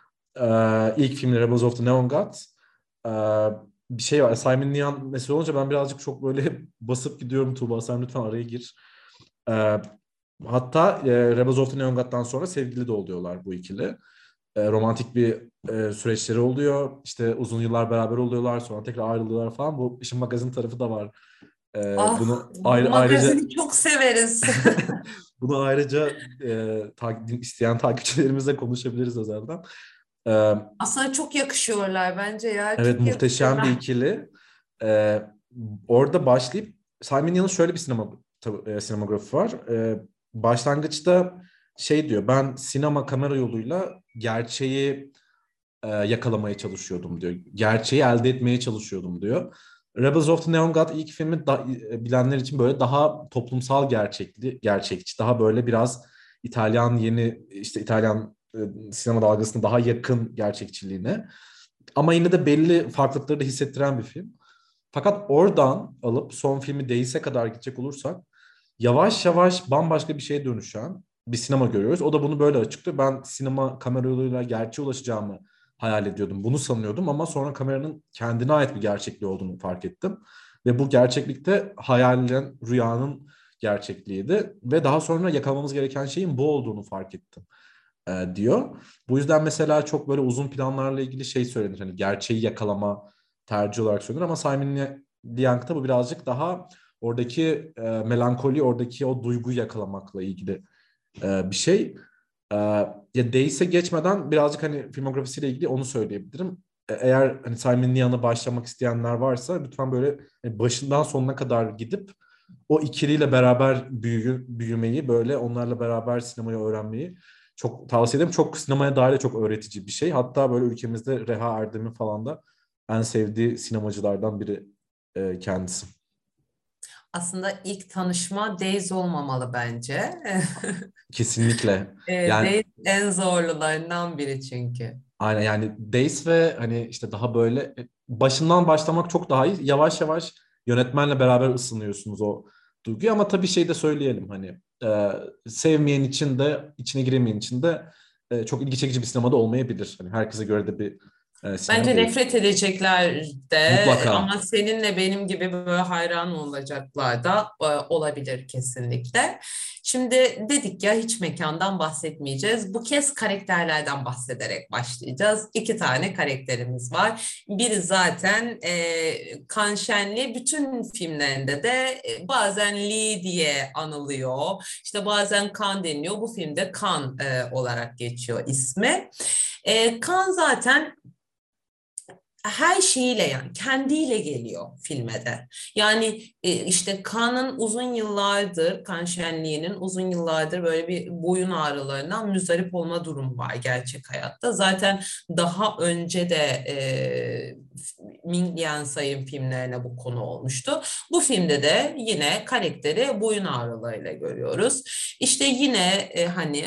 Ee, ilk filmde Rebels of the Neon God. Ee, bir şey var. Simon Lian mesele olunca ben birazcık çok böyle basıp gidiyorum. Tuğba sen lütfen araya gir. Ee, hatta e, Rebels of the Neon God'dan sonra sevgili de oluyorlar bu ikili. Ee, romantik bir e, süreçleri oluyor. İşte uzun yıllar beraber oluyorlar. Sonra tekrar ayrılıyorlar falan. Bu işin magazin tarafı da var. Ee, Ah, bunu bu ayrı, ayrıca magazini çok severiz. bunu ayrıca e, takip, isteyen takipçilerimizle konuşabiliriz özelden. Ee, Aslında çok yakışıyorlar bence ya. evet, Çok muhteşem bir yakışıyorlar. ikili. Ee, orada başlayıp Simon Yalın şöyle bir sinema tab- e, sinemografi var. Ee, başlangıçta şey diyor, ben sinema kamera yoluyla gerçeği e, yakalamaya çalışıyordum diyor. Gerçeği elde etmeye çalışıyordum diyor. Rebels of the Neon God ilk filmi da, e, bilenler için böyle daha toplumsal gerçekli, gerçekçi, daha böyle biraz İtalyan yeni işte İtalyan e, sinema dalgasına daha yakın gerçekçiliğine. Ama yine de belli farklılıkları da hissettiren bir film. Fakat oradan alıp son filmi Deis'e kadar gidecek olursak yavaş yavaş bambaşka bir şeye dönüşen bir sinema görüyoruz. O da bunu böyle açıklıyor. Ben sinema kamera yoluyla gerçeğe ulaşacağımı hayal ediyordum. Bunu sanıyordum ama sonra kameranın kendine ait bir gerçekliği olduğunu fark ettim. Ve bu gerçeklikte hayalin, rüyanın gerçekliğiydi. Ve daha sonra yakalamamız gereken şeyin bu olduğunu fark ettim e, diyor. Bu yüzden mesela çok böyle uzun planlarla ilgili şey söylenir. Hani gerçeği yakalama tercih olarak söylenir ama Simon Liang'da bu birazcık daha oradaki e, melankoli, oradaki o duyguyu yakalamakla ilgili e, bir şey. E, ya Days'e geçmeden birazcık hani filmografisiyle ilgili onu söyleyebilirim. E, eğer hani Simon Lian'a başlamak isteyenler varsa lütfen böyle hani başından sonuna kadar gidip o ikiliyle beraber büyü, büyümeyi, böyle onlarla beraber sinemayı öğrenmeyi çok tavsiye ederim. Çok sinemaya dair de çok öğretici bir şey. Hatta böyle ülkemizde Reha Erdem'in falan da en sevdiği sinemacılardan biri e, kendisi. Aslında ilk tanışma Days olmamalı bence. Kesinlikle. E, Yani Days en zorlularından biri çünkü. aynen, yani Days ve hani işte daha böyle e, başından başlamak çok daha iyi. Yavaş yavaş yönetmenle beraber ısınıyorsunuz o duyguyu, ama tabii şey de söyleyelim, hani e, sevmeyen için de içine giremeyen için de e, çok ilgi çekici bir sinemada olmayabilir. Hani herkese göre de bir e, sinema Bence değil. nefret edecekler de Mutlaka. ama seninle benim gibi böyle hayran olacaklar da e, olabilir kesinlikle. Şimdi dedik ya hiç mekandan bahsetmeyeceğiz. Bu kez karakterlerden bahsederek başlayacağız. İki tane karakterimiz var. Biri zaten e, Kan Şenli, bütün filmlerinde de e, bazen Lee diye anılıyor. İşte bazen Kan deniliyor. Bu filmde Kan e, olarak geçiyor ismi. E, Kan zaten her şeyiyle, yani kendiyle geliyor filme de. Yani e, işte Kaan'ın uzun yıllardır, Kan Şenliği'nin uzun yıllardır böyle bir boyun ağrılarından müzdarip olma durumu var gerçek hayatta. Zaten daha önce de e, Ming Lian Say'ın filmlerine bu konu olmuştu. Bu filmde de yine karakteri boyun ağrılarıyla görüyoruz. İşte yine e, hani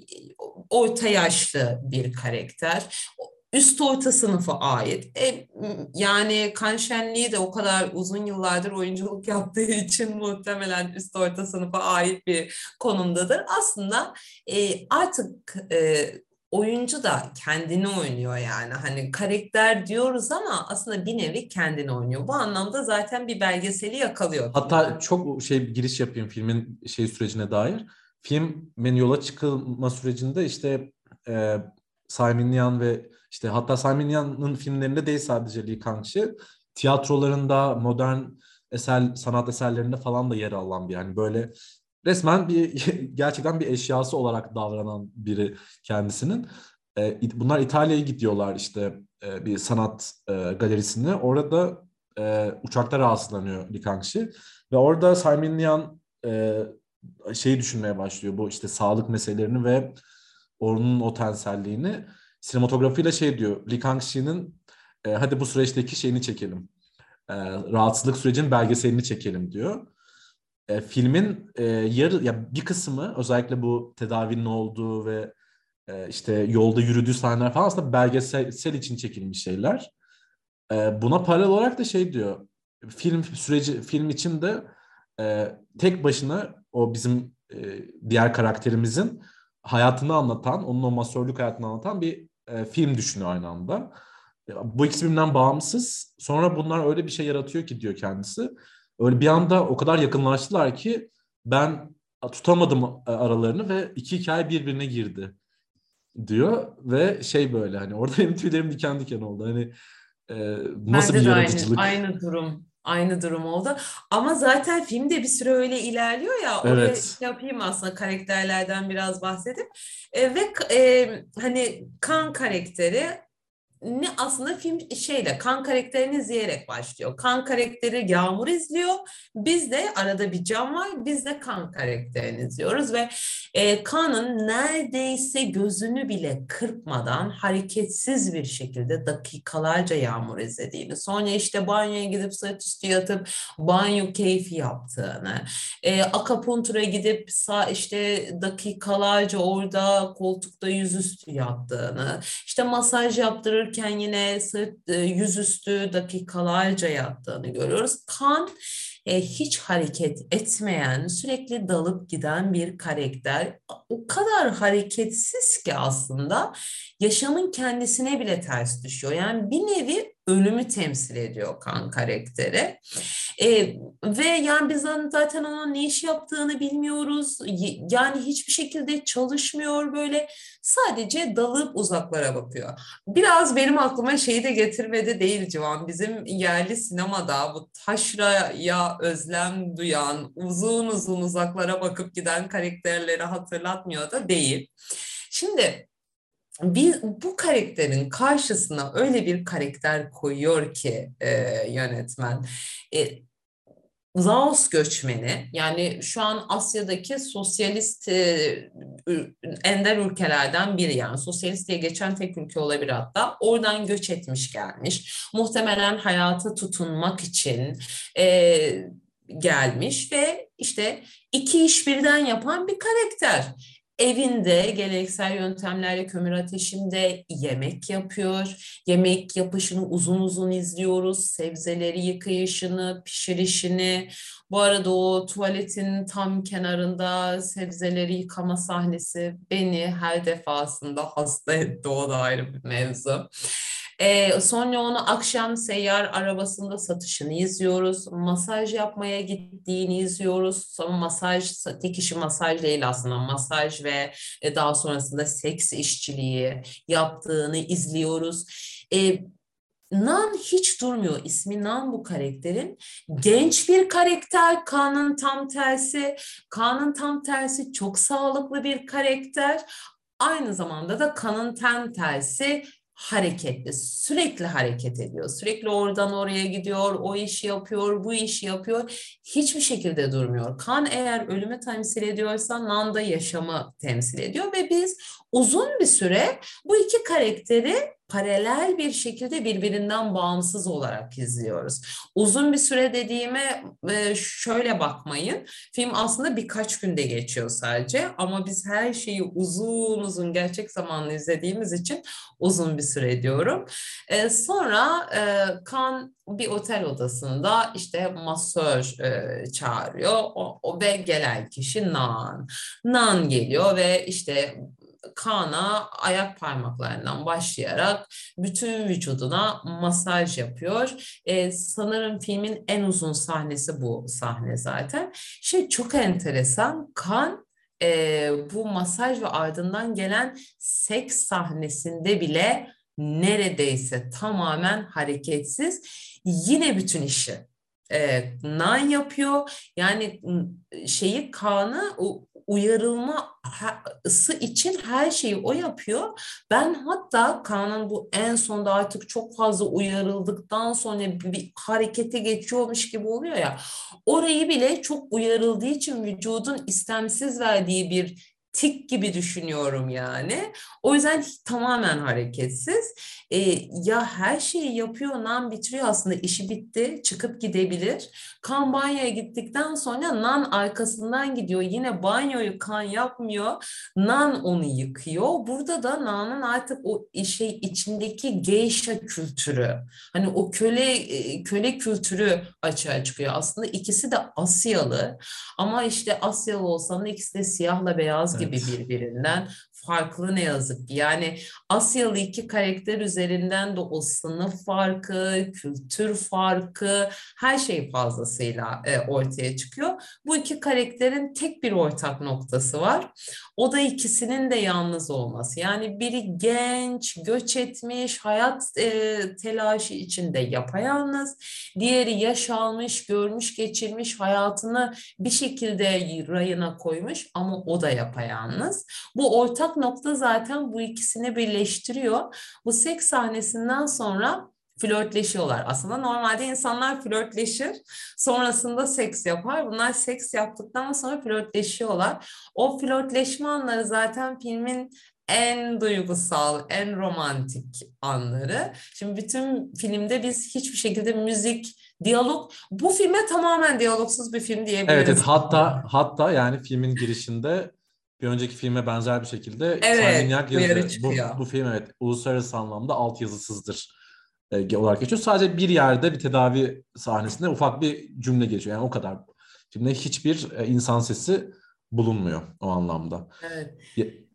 orta yaşlı bir karakter, üst orta sınıfa ait. E, yani Kan Şenliği de o kadar uzun yıllardır oyunculuk yaptığı için muhtemelen üst orta sınıfa ait bir konumdadır. Aslında e, artık e, oyuncu da kendini oynuyor yani. Hani karakter diyoruz ama aslında bir nevi kendini oynuyor. Bu anlamda zaten bir belgeseli yakalıyor Hatta filmden. çok şey bir giriş yapayım filmin şey sürecine dair. Filmin yola çıkılma sürecinde işte e, Simon Lian ve işte hatta Simon Lian'ın filmlerinde değil sadece Lee Kang-chi, tiyatrolarında, modern eser sanat eserlerinde falan da yer alan bir, yani böyle resmen bir gerçekten bir eşyası olarak davranan biri kendisinin. E, bunlar İtalya'ya gidiyorlar işte e, bir sanat e, galerisine. Orada e, uçakta rahatsızlanıyor Lee Kang-chi ve orada Simon Lian e, şeyi düşünmeye başlıyor, bu işte sağlık meselelerini ve onun o tenselliğini sinematografıyla şey diyor. Lee Kang-chi'nin e, hadi bu süreçteki şeyini çekelim. E, rahatsızlık sürecinin belgeselini çekelim diyor. E, filmin e, yarı ya bir kısmı, özellikle bu tedavinin olduğu ve e, işte yolda yürüdüğü sahneler falan aslında belgesel için çekilmiş şeyler. E, buna paralel olarak da şey diyor. Film süreci, film için de e, tek başına o bizim e, diğer karakterimizin hayatını anlatan, onun o masörlük hayatını anlatan bir e, film düşünüyor aynı anda. E, Bu ikisi birbirinden bağımsız. Sonra bunlar öyle bir şey yaratıyor ki diyor kendisi. Öyle bir anda o kadar yakınlaştılar ki ben tutamadım e, aralarını ve iki hikaye birbirine girdi diyor ve şey böyle hani orada benim tüylerim diken diken oldu. Hani ee, nasıl bir Bende de aynı yaratıcılık? aynı durum. Aynı durum oldu. Ama zaten film de bir süre öyle ilerliyor ya, oraya şey Evet. yapayım aslında, karakterlerden biraz bahsedip. E, ve e, hani Kan karakteri ne aslında film şeyle Kan karakterini izleyerek başlıyor. Kan karakteri Yağmur izliyor. Biz de arada bir Can var. Biz de Kan karakterini izliyoruz ve e, Kan'ın neredeyse gözünü bile kırpmadan hareketsiz bir şekilde dakikalarca Yağmur izlediğini, sonra işte banyoya gidip sırt üstü yatıp banyo keyfi yaptığını, e, akapuntura gidip sağ işte dakikalarca orada koltukta yüzüstü yattığını, işte masaj yaptırırken yine sırt e, yüzüstü dakikalarca yattığını görüyoruz. Kan e, hiç hareket etmeyen, sürekli dalıp giden bir karakter. O kadar hareketsiz ki aslında yaşamın kendisine bile ters düşüyor. Yani bir nevi ölümü temsil ediyor Kan karakteri. E, ve yani biz zaten onun ne iş yaptığını bilmiyoruz. Yani hiçbir şekilde çalışmıyor böyle. Sadece dalıp uzaklara bakıyor. Biraz benim aklıma şeyi de getirmedi değil Civan. Bizim yerli sinemada bu taşraya özlem duyan, uzun uzun uzaklara bakıp giden karakterleri hatırlatmıyor da değil. Şimdi bir, bu karakterin karşısına öyle bir karakter koyuyor ki e, yönetmen. E, Laos göçmeni, yani şu an Asya'daki sosyalist e, ender ülkelerden biri, yani sosyalist diye geçen tek ülke olabilir hatta, oradan göç etmiş gelmiş. Muhtemelen hayata tutunmak için e, gelmiş ve işte iki iş birden yapan bir karakter. Evinde geleneksel yöntemlerle kömür ateşinde yemek yapıyor. Yemek yapışını uzun uzun izliyoruz. Sebzeleri yıkayışını, pişirişini. Bu arada o tuvaletin tam kenarında sebzeleri yıkama sahnesi beni her defasında hasta etti. O da ayrı bir mevzu. Ee, sonra onu akşam seyyar arabasında satışını izliyoruz. Masaj yapmaya gittiğini izliyoruz. Sonra masaj, tek işi masaj değil aslında. Masaj ve e, daha sonrasında seks işçiliği yaptığını izliyoruz. E, Nan hiç durmuyor. İsmi Nan bu karakterin. Genç bir karakter. Kaan'ın tam tersi. Kaan'ın tam tersi çok sağlıklı bir karakter. Aynı zamanda da Kaan'ın tam tersi hareketli. Sürekli hareket ediyor. Sürekli oradan oraya gidiyor. O işi yapıyor, bu işi yapıyor. Hiçbir şekilde durmuyor. Kaan eğer ölümü temsil ediyorsa Nan da yaşamı temsil ediyor ve biz uzun bir süre bu iki karakteri paralel bir şekilde birbirinden bağımsız olarak izliyoruz. Uzun bir süre dediğime e, şöyle bakmayın. Film aslında birkaç günde geçiyor sadece ama biz her şeyi uzun uzun gerçek zamanlı izlediğimiz için uzun bir süre diyorum. E, sonra e, Kan bir otel odasında işte masör e, çağırıyor o, o ve gelen kişi Nan. Nan geliyor ve işte Kaan'a ayak parmaklarından başlayarak bütün vücuduna masaj yapıyor. Ee, sanırım filmin en uzun sahnesi bu sahne zaten. Şey çok enteresan. Kaan e, bu masaj ve ardından gelen seks sahnesinde bile neredeyse tamamen hareketsiz. Yine bütün işi e, Nan yapıyor. Yani şeyi Kaan'ı uyarılması için her şeyi o yapıyor. Ben hatta Kaan'ın bu en sonda artık çok fazla uyarıldıktan sonra bir, bir harekete geçiyormuş gibi oluyor ya. Orayı bile çok uyarıldığı için vücudun istemsiz verdiği bir tik gibi düşünüyorum yani. O yüzden tamamen hareketsiz. Ee, ya her şeyi yapıyor, Nan bitiriyor aslında, işi bitti, çıkıp gidebilir. Kan banyoya gittikten sonra Nan arkasından gidiyor. Yine banyoyu Kan yapmıyor. Nan onu yıkıyor. Burada da Nan'ın artık o şey içindeki geisha kültürü, hani o köle köle kültürü açığa çıkıyor. Aslında ikisi de Asyalı ama işte Asyalı olsa da ikisi de siyahla beyaz gibi Evet. birbirinden farklı ne yazık ki. Yani Asyalı iki karakter üzerinden de o sınıf farkı, kültür farkı, her şey fazlasıyla e, ortaya çıkıyor. Bu iki karakterin tek bir ortak noktası var. O da ikisinin de yalnız olması. Yani biri genç, göç etmiş, hayat e, telaşı içinde yapayalnız. Diğeri yaş almış, görmüş, geçirmiş, hayatını bir şekilde rayına koymuş ama o da yapayalnız. Bu ortak nokta zaten bu ikisini birleştiriyor. Bu seks sahnesinden sonra flörtleşiyorlar. Aslında normalde insanlar flörtleşir, sonrasında seks yapar. Bunlar seks yaptıktan sonra flörtleşiyorlar. O flörtleşme anları zaten filmin en duygusal, en romantik anları. Şimdi bütün filmde biz hiçbir şekilde müzik, diyalog, bu filme tamamen diyalogsuz bir film Evet, evet. diyebiliriz. Hatta hatta yani filmin girişinde bir önceki filme benzer bir şekilde Kylie Evet, Minogue uyarı yazıyor. Bu, çıkıyor. bu film evet uluslararası anlamda altyazısızdır e, olarak geçiyor. Sadece bir yerde bir tedavi sahnesinde ufak bir cümle geçiyor. Yani o kadar. Filmde hiçbir e, insan sesi bulunmuyor o anlamda. Evet.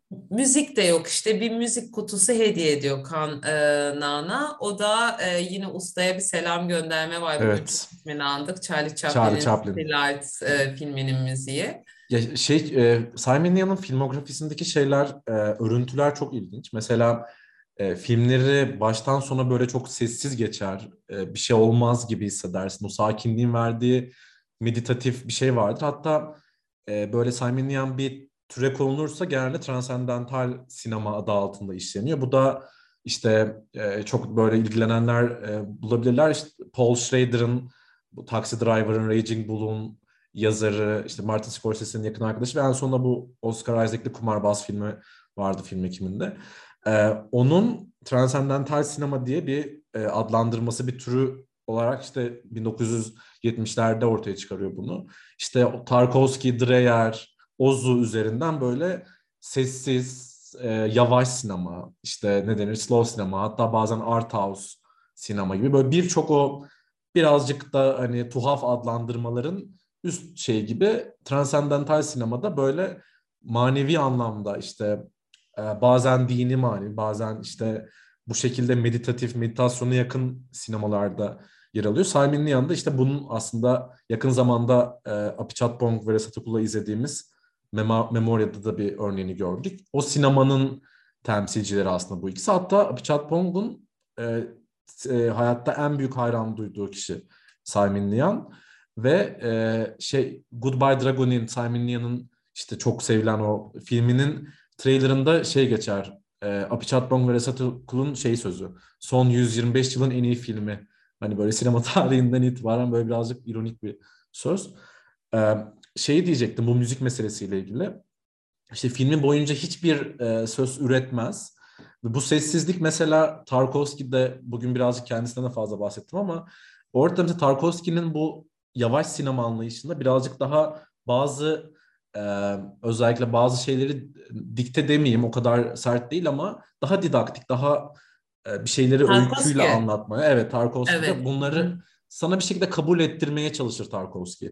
Müzik de yok, işte bir müzik kutusu hediye ediyor Kan e, Nana. O da e, yine ustaya bir selam gönderme var. Bugün çok Evet. ismini andık. Charlie Charlie Chaplin'in Chaplin. Lights e, filminin müziği. Ya şey e, Simon Neil'in filmografisindeki şeyler, e, örüntüler çok ilginç. Mesela e, filmleri baştan sona böyle çok sessiz geçer. E, bir şey olmaz gibi hissedersin. O sakinliğin verdiği meditatif bir şey vardır. Hatta e, böyle Simon Neil bir türe konulursa genelde transandantal sinema adı altında işleniyor. Bu da işte e, çok böyle ilgilenenler e, bulabilirler. İşte Paul Schrader'ın, bu Taxi Driver'ın, Raging Bull'un yazarı, işte Martin Scorsese'nin yakın arkadaşı ve en sonunda bu Oscar Isaac'li Kumarbaz filmi vardı film ekiminde. Ee, onun Transcendental Sinema diye bir e, adlandırması, bir türü olarak işte bin dokuz yüz yetmişlerde ortaya çıkarıyor bunu. İşte Tarkovski, Dreyer, Ozu üzerinden böyle sessiz, e, yavaş sinema, işte ne denir, slow sinema, hatta bazen art house sinema gibi böyle birçok o birazcık da hani tuhaf adlandırmaların üst şey gibi transandantal sinemada böyle manevi anlamda işte e, bazen dini manevi, bazen işte bu şekilde meditatif, meditasyona yakın sinemalarda yer alıyor. Simon Lian'da işte bunun aslında yakın zamanda e, Apichatpong ve Resatıkul'la izlediğimiz Mema, Memoria'da da bir örneğini gördük. O sinemanın temsilcileri aslında bu ikisi. Hatta Apichatpong'un e, e, hayatta en büyük hayran duyduğu kişi Simon Lian. Ve e, şey Goodbye Dragonin, Simon Lian'ın işte çok sevilen o filminin trailerında şey geçer. E, Apichatpong ve Resatıkul'un şey sözü. Son yüz yirmi beş yılın en iyi filmi. Hani böyle sinema tarihinden itibaren böyle birazcık ironik bir söz. E, Şeyi diyecektim bu müzik meselesiyle ilgili. İşte filmin boyunca hiçbir e, söz üretmez. Ve bu sessizlik mesela Tarkovski'de, bugün birazcık kendisinden de fazla bahsettim ama orada mesela Tarkovski'nin bu yavaş sinema anlayışında birazcık daha bazı e, özellikle bazı şeyleri dikte demeyeyim, o kadar sert değil ama daha didaktik, daha e, bir şeyleri öyküyle Tarkovski. anlatmaya. Evet, Tarkovski'de Evet. Hı hı. bunları sana bir şekilde kabul ettirmeye çalışır Tarkovski.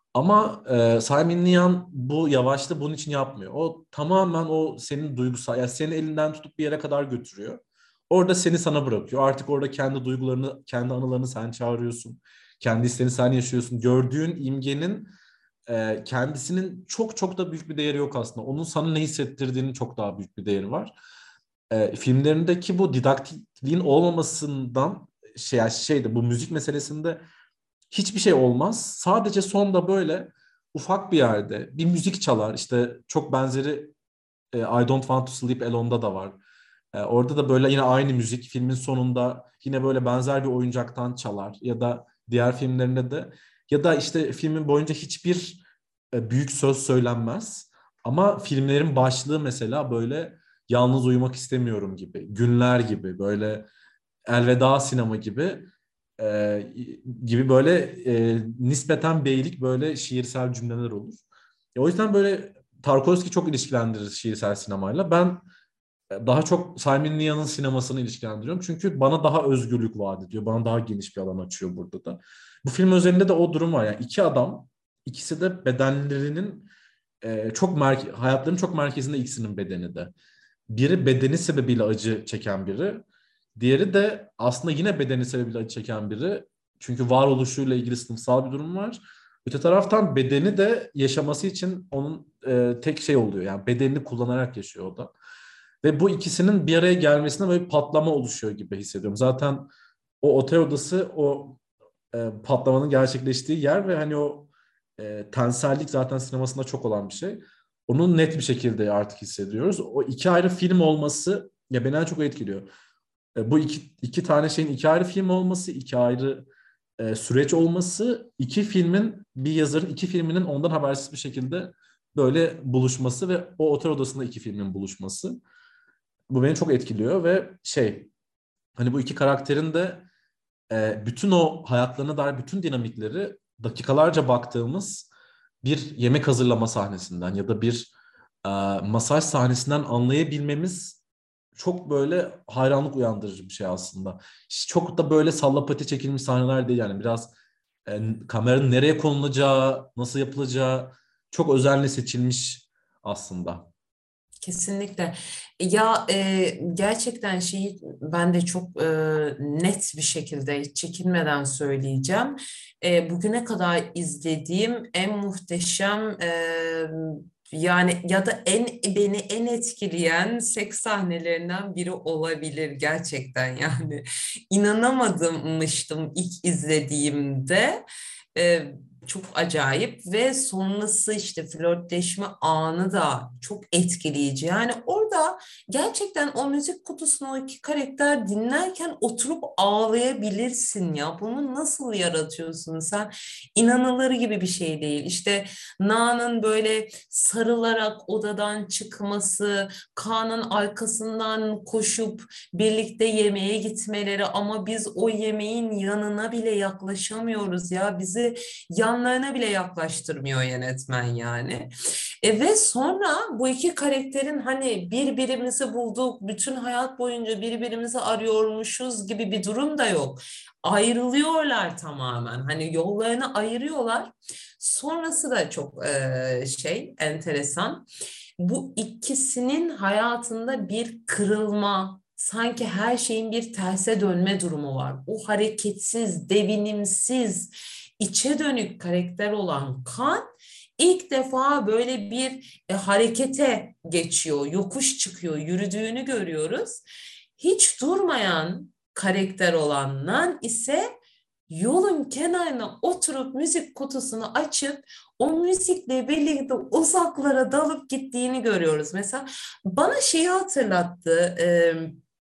Ama e, Simon Lian bu yavaşta bunun için yapmıyor. O tamamen o senin duygusal, yani seni elinden tutup bir yere kadar götürüyor. Orada seni sana bırakıyor. Artık orada kendi duygularını, kendi anılarını sen çağırıyorsun. Kendi isteğini sen yaşıyorsun. Gördüğün imgenin e, kendisinin çok çok da büyük bir değeri yok aslında. Onun sana ne hissettirdiğinin çok daha büyük bir değeri var. E, filmlerindeki bu didaktikliğin olmamasından şey, yani şeyde bu müzik meselesinde hiçbir şey olmaz. Sadece sonda böyle ufak bir yerde bir müzik çalar. İşte çok benzeri e, I Don't Want to Sleep Alone'da da var. E, orada da böyle yine aynı müzik filmin sonunda yine böyle benzer bir oyuncaktan çalar. Ya da diğer filmlerinde de, ya da işte filmin boyunca hiçbir e, büyük söz söylenmez. Ama filmlerin başlığı mesela böyle yalnız uyumak istemiyorum gibi, günler gibi, böyle elveda sinema gibi e, gibi böyle e, nispeten beylik böyle şiirsel cümleler olur. E, o yüzden böyle Tarkovski çok ilişkilendirir şiirsel sinemayla. Ben e, daha çok Simon Lian'ın sinemasını ilişkilendiriyorum. Çünkü bana daha özgürlük vaat ediyor. Bana daha geniş bir alan açıyor burada da. Bu film özelinde de o durum var. Yani iki adam, ikisi de bedenlerinin e, çok merke hayatlarının çok merkezinde, ikisinin bedeni de. Biri bedeni sebebiyle acı çeken biri. Diğeri de aslında yine bedeni sebebiyle acı çeken biri. Çünkü varoluşuyla ilgili sınıfsal bir durum var. Öte taraftan bedeni de yaşaması için onun e, tek şey oluyor. Yani bedenini kullanarak yaşıyor o da. Ve bu ikisinin bir araya gelmesine böyle bir patlama oluşuyor gibi hissediyorum. Zaten o otel odası o e, patlamanın gerçekleştiği yer ve hani o e, tensellik zaten sinemasında çok olan bir şey. Onu net bir şekilde artık hissediyoruz. O iki ayrı film olması ya beni en çok etkiliyor. E, bu iki, iki tane şeyin iki ayrı film olması, iki ayrı e, süreç olması, iki filmin, bir yazarın iki filminin ondan habersiz bir şekilde böyle buluşması ve o otel odasında iki filmin buluşması. Bu beni çok etkiliyor ve şey, hani bu iki karakterin de e, bütün o hayatlarına dair bütün dinamikleri dakikalarca baktığımız bir yemek hazırlama sahnesinden ya da bir e, masaj sahnesinden anlayabilmemiz çok böyle hayranlık uyandırıcı bir şey aslında. Çok da böyle sallapati çekilmiş sahneler değil, yani biraz e, kameranın nereye konulacağı, nasıl yapılacağı çok özenle seçilmiş aslında. Kesinlikle. Ya e, gerçekten şeyi ben de çok e, net bir şekilde hiç çekinmeden söyleyeceğim. E, bugüne kadar izlediğim en muhteşem e, yani ya da en beni en etkileyen seks sahnelerinden biri olabilir gerçekten yani. İnanamamıştım ilk izlediğimde. E, Çok acayip ve sonrası işte flörtleşme anı da çok etkileyici. Yani orada gerçekten o müzik kutusunu o iki karakter dinlerken oturup ağlayabilirsin ya. Bunu nasıl yaratıyorsun sen? İnanılır gibi bir şey değil. İşte Na'nın böyle sarılarak odadan çıkması, Kaan'ın arkasından koşup birlikte yemeğe gitmeleri ama biz o yemeğin yanına bile yaklaşamıyoruz ya. Bizi yanlarına bile yaklaştırmıyor yönetmen yani. E, ve sonra bu iki karakterin hani birbirimizi bulduk, bütün hayat boyunca birbirimizi arıyormuşuz gibi bir durum da yok. Ayrılıyorlar tamamen. Hani yollarını ayırıyorlar. Sonrası da çok e, şey enteresan. Bu ikisinin hayatında bir kırılma, sanki her şeyin bir terse dönme durumu var. O hareketsiz, devinimsiz, içe dönük karakter olan Kan ilk defa böyle bir e, harekete geçiyor, yokuş çıkıyor, yürüdüğünü görüyoruz. Hiç durmayan karakter olan Nan ise yolun kenarına oturup müzik kutusunu açıp o müzikle birlikte uzaklara dalıp gittiğini görüyoruz. Mesela bana şeyi hatırlattı. E,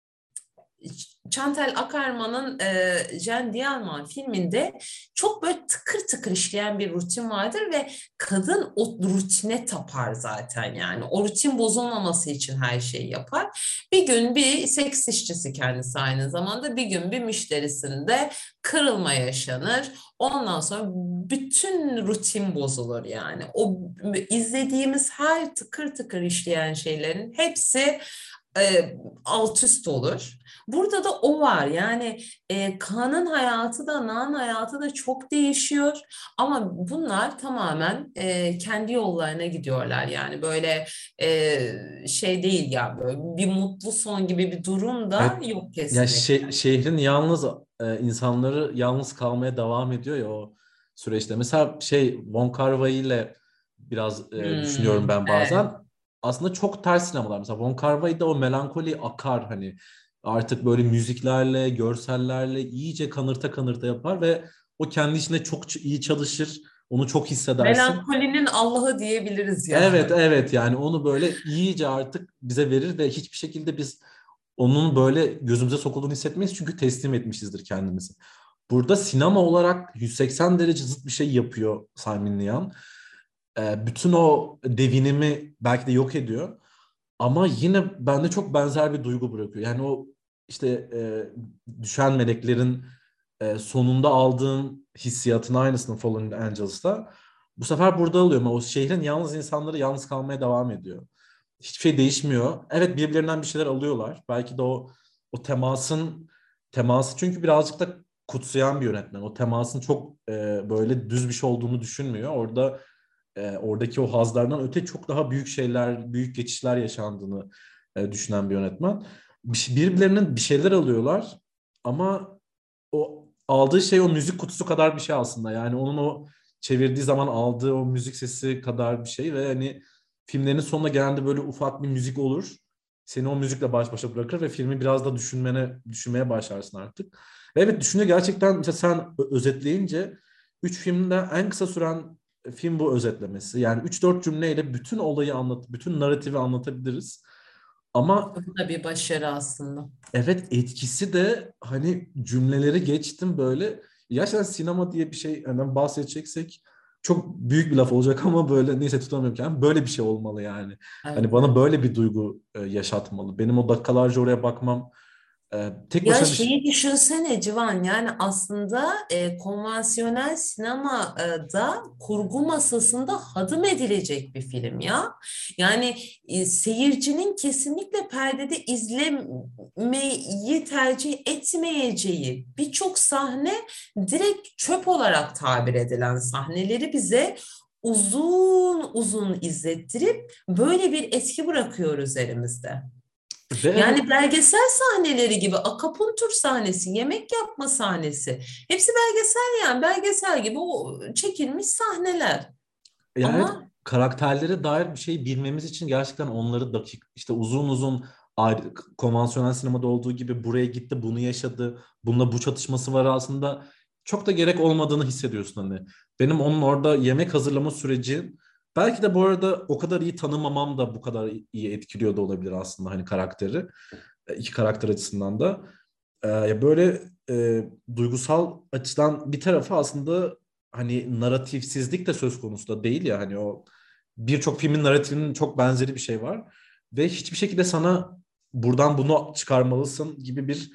Chantal Akerman'ın e, Jeanne Dielman filminde çok böyle tıkır tıkır işleyen bir rutin vardır ve kadın o rutine tapar zaten yani. O rutin bozulmaması için her şeyi yapar. Bir gün bir seks işçisi kendisi aynı zamanda bir gün bir müşterisinde kırılma yaşanır. Ondan sonra bütün rutin bozulur yani. O izlediğimiz her tıkır tıkır işleyen şeylerin hepsi e, alt üst olur. Burada da o var. Yani e, Kaan'ın hayatı da Na'nın hayatı da çok değişiyor. Ama bunlar tamamen e, kendi yollarına gidiyorlar. Yani böyle e, şey değil ya böyle bir mutlu son gibi bir durum da Evet. yok Ya kesinlikle. şe- şehrin yalnız e, insanları yalnız kalmaya devam ediyor ya o süreçte. Mesela şey Wong Kar-wai ile biraz e, düşünüyorum Hmm, ben bazen. evet. Aslında çok ters sinemalar. Mesela Wong Kar-wai'de o melankoli akar hani artık böyle müziklerle, görsellerle iyice kanırta kanırta yapar ve o kendi içinde çok ç- iyi çalışır. Onu çok hissedersin. Melankolinin Allah'ı diyebiliriz Evet, ya. evet, yani onu böyle iyice artık bize verir ve hiçbir şekilde biz onun böyle gözümüze sokulduğunu hissetmeyiz çünkü teslim etmişizdir kendimizi. Burada sinema olarak yüz seksen derece zıt bir şey yapıyor Simon Lian. Ee, bütün o devinimi belki de yok ediyor. Ama yine bende çok benzer bir duygu bırakıyor. Yani o işte e, düşen meleklerin e, sonunda aldığım hissiyatın aynısını Fallen Angels'ta. Bu sefer burada oluyor ama o şehrin yalnız insanları yalnız kalmaya devam ediyor. Hiçbir şey değişmiyor. Evet, birbirlerinden bir şeyler alıyorlar. Belki de o o temasın teması çünkü birazcık da kutsayan bir yönetmen. O temasın çok e, böyle düz bir şey olduğunu düşünmüyor. Orada e, oradaki o hazlardan öte çok daha büyük şeyler, büyük geçişler yaşandığını e, düşünen bir yönetmen. Bir- Birbirlerinden bir şeyler alıyorlar ama o aldığı şey o müzik kutusu kadar bir şey aslında. Yani onun o çevirdiği zaman aldığı o müzik sesi kadar bir şey ve hani filmlerin sonunda genelde böyle ufak bir müzik olur. Seni o müzikle baş başa bırakır ve filmi biraz da düşünmene düşünmeye başlarsın artık. Ve evet, düşünce gerçekten mesela sen ö- özetleyince üç filmde en kısa süren film bu özetlemesi. Yani üç dört cümleyle bütün olayı anlat, bütün narratifi anlatabiliriz. Ama Bu da bir başarı aslında. evet, etkisi de hani cümleleri geçtim böyle. Gerçekten sinema diye bir şey hemen bahsedeceksek çok büyük bir laf olacak ama böyle neyse tutamıyorum kendimi. Böyle bir şey olmalı yani. Hani Evet, bana evet. böyle bir duygu e, yaşatmalı. Benim o dakikalarca oraya bakmam e, tek Ya başına bir şey. şeyi düşünsene Civan yani aslında e, konvansiyonel sinemada kurgu masasında hadım edilecek bir film ya. Yani e, seyircinin kesinlikle perdede izlemeyi tercih etmeyeceği birçok sahne direkt çöp olarak tabir edilen sahneleri bize uzun uzun izlettirip böyle bir etki bırakıyor üzerimizde. Ve evet, Yani belgesel sahneleri gibi, akapuntur sahnesi, yemek yapma sahnesi, hepsi belgesel, yani belgesel gibi o çekilmiş sahneler. ya evet, Ama karakterlere dair bir şey bilmemiz için gerçekten onları dakik işte uzun uzun ayrı, konvansiyonel sinemada olduğu gibi buraya gitti, bunu yaşadı, bununla bu çatışması var aslında, çok da gerek olmadığını hissediyorsun hani. Benim onun orada yemek hazırlama süreci belki de bu arada o kadar iyi tanımamam da bu kadar iyi etkiliyor da olabilir aslında hani karakteri. E, iki karakter açısından da. Ee, ya böyle e, duygusal açıdan bir tarafı aslında hani naratifsizlik de söz konusu da değil ya, hani o birçok filmin naratifinin çok benzeri bir şey var ve hiçbir şekilde sana buradan bunu çıkarmalısın gibi bir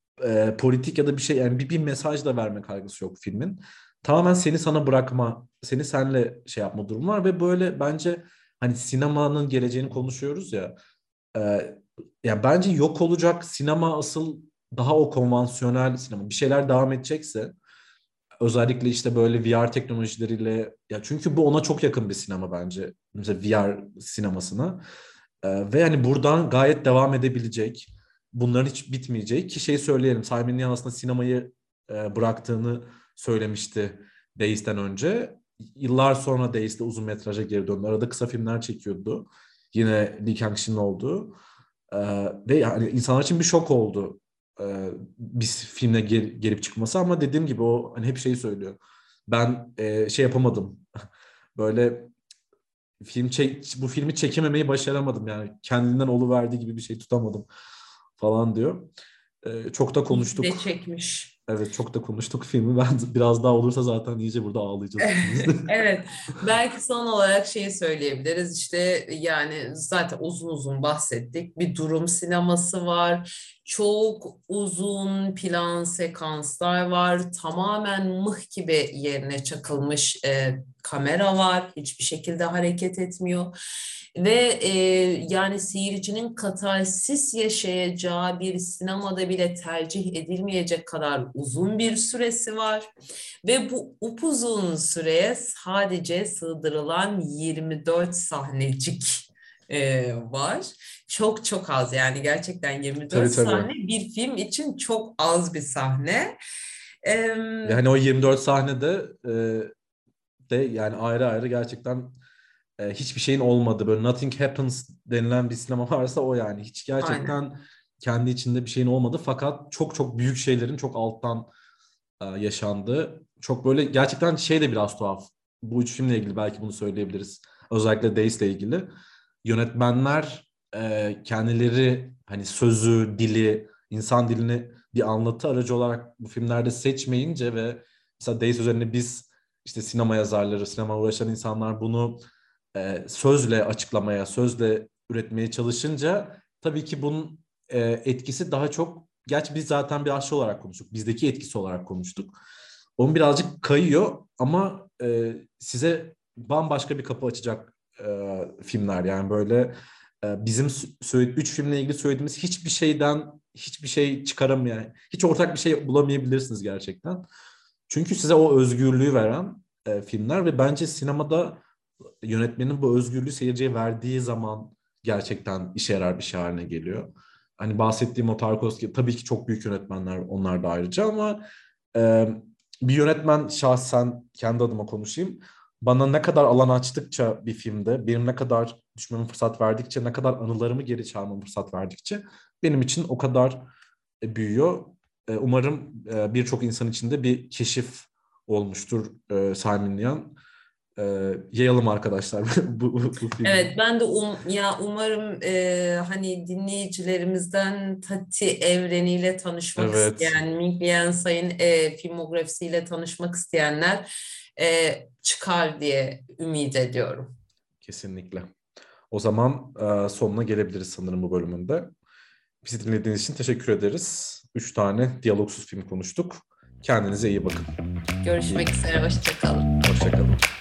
e, politik ya da bir şey, yani bir, bir mesaj da verme kaygısı yok filmin. Tamamen seni sana bırakma, seni senle şey yapma durumu var ve böyle bence hani sinemanın geleceğini konuşuyoruz ya. e, Ya bence yok olacak sinema asıl daha o konvansiyonel sinema. Bir şeyler devam edecekse özellikle işte böyle V R teknolojileriyle, ya çünkü bu ona çok yakın bir sinema bence. Mesela V R sinemasına. Ee, ve yani buradan gayet devam edebilecek. Bunların hiç bitmeyecek ki şey söyleyelim. Simon Yeo aslında sinemayı e, bıraktığını söylemişti Days'ten önce. Yıllar sonra Days'te uzun metraja geri döndü. Arada kısa filmler çekiyordu. Yine Lee Kang-shin'in olduğu. Ee, ve yani insanlar için bir şok oldu e, bir filmle gel- gelip çıkması, ama dediğim gibi o hani hep şeyi söylüyor. Ben e, şey yapamadım. Böyle film çek bu filmi çekememeyi başaramadım, yani kendinden oluverdiği gibi bir şey tutamadım falan diyor. E, çok da iyi ki de konuştuk. çekmiş. Evet, çok da konuştuk filmi. Ben biraz daha olursa zaten iyice burada ağlayacağız ikimiz de. Evet, belki son olarak şeyi söyleyebiliriz. İşte yani zaten uzun uzun bahsettik. Bir durum sineması var. Çok uzun plan sekanslar var. Tamamen mıh gibi yerine çakılmış e, kamera var. Hiçbir şekilde hareket etmiyor. Ve e, yani seyircinin katarsis yaşayacağı bir sinemada bile tercih edilmeyecek kadar uzun bir süresi var. Ve bu upuzun süreye sadece sığdırılan yirmi dört sahnecik e, var. Çok çok az, yani gerçekten yirmi dört Tabii tabii. sahne bir film için çok az bir sahne. E, Ve hani o yirmi dört sahnede e, de yani ayrı ayrı gerçekten e, hiçbir şeyin olmadı. Böyle nothing happens denilen bir sinema varsa o yani. Hiç aynen. gerçekten kendi içinde bir şeyin olmadı. Fakat çok çok büyük şeylerin çok alttan e, yaşandı. Çok böyle gerçekten şey de biraz tuhaf. Bu üç filmle ilgili belki bunu söyleyebiliriz. Özellikle Days'le ilgili. Yönetmenler e, kendileri hani sözü, dili, insan dilini bir anlatı aracı olarak bu filmlerde seçmeyince ve mesela Days üzerine biz işte sinema yazarları, sinema uğraşan insanlar bunu e, sözle açıklamaya, sözle üretmeye çalışınca tabii ki bunun e, etkisi daha çok, gerçi biz zaten bir aşçı olarak konuştuk, bizdeki etkisi olarak konuştuk. Onun birazcık kayıyor ama e, size bambaşka bir kapı açacak e, filmler, yani böyle e, bizim söyle, üç filmle ilgili söylediğimiz hiçbir şeyden hiçbir şey çıkaramayan, hiç ortak bir şey bulamayabilirsiniz gerçekten. Çünkü size o özgürlüğü veren e, filmler ve bence sinemada yönetmenin bu özgürlüğü seyirciye verdiği zaman gerçekten işe yarar bir şey haline geliyor. Hani bahsettiğim o Tarkovski tabii ki çok büyük yönetmenler, onlar da ayrıca, ama e, bir yönetmen, şahsen kendi adıma konuşayım, bana ne kadar alan açtıkça bir filmde, benim ne kadar düşmeme fırsat verdikçe, ne kadar anılarımı geri çağırmama fırsat verdikçe benim için o kadar e, büyüyor. E, umarım e, birçok insan için de bir keşif olmuştur e, Simon Yan. E, Yayalım arkadaşlar bu, bu, bu filmi. Evet, ben de um, ya umarım e, hani dinleyicilerimizden Tati evreniyle tanışmak Evet, isteyen, Ming Liansay'ın e, filmografisiyle tanışmak isteyenler e, çıkar diye ümit ediyorum. kesinlikle. O zaman e, sonuna gelebiliriz sanırım bu bölümünde. Bizi dinlediğiniz için teşekkür ederiz. Üç tane diyalogsuz film konuştuk. Kendinize iyi bakın. İyi, Görüşmek üzere, hoşça kalın. hoşça kalın.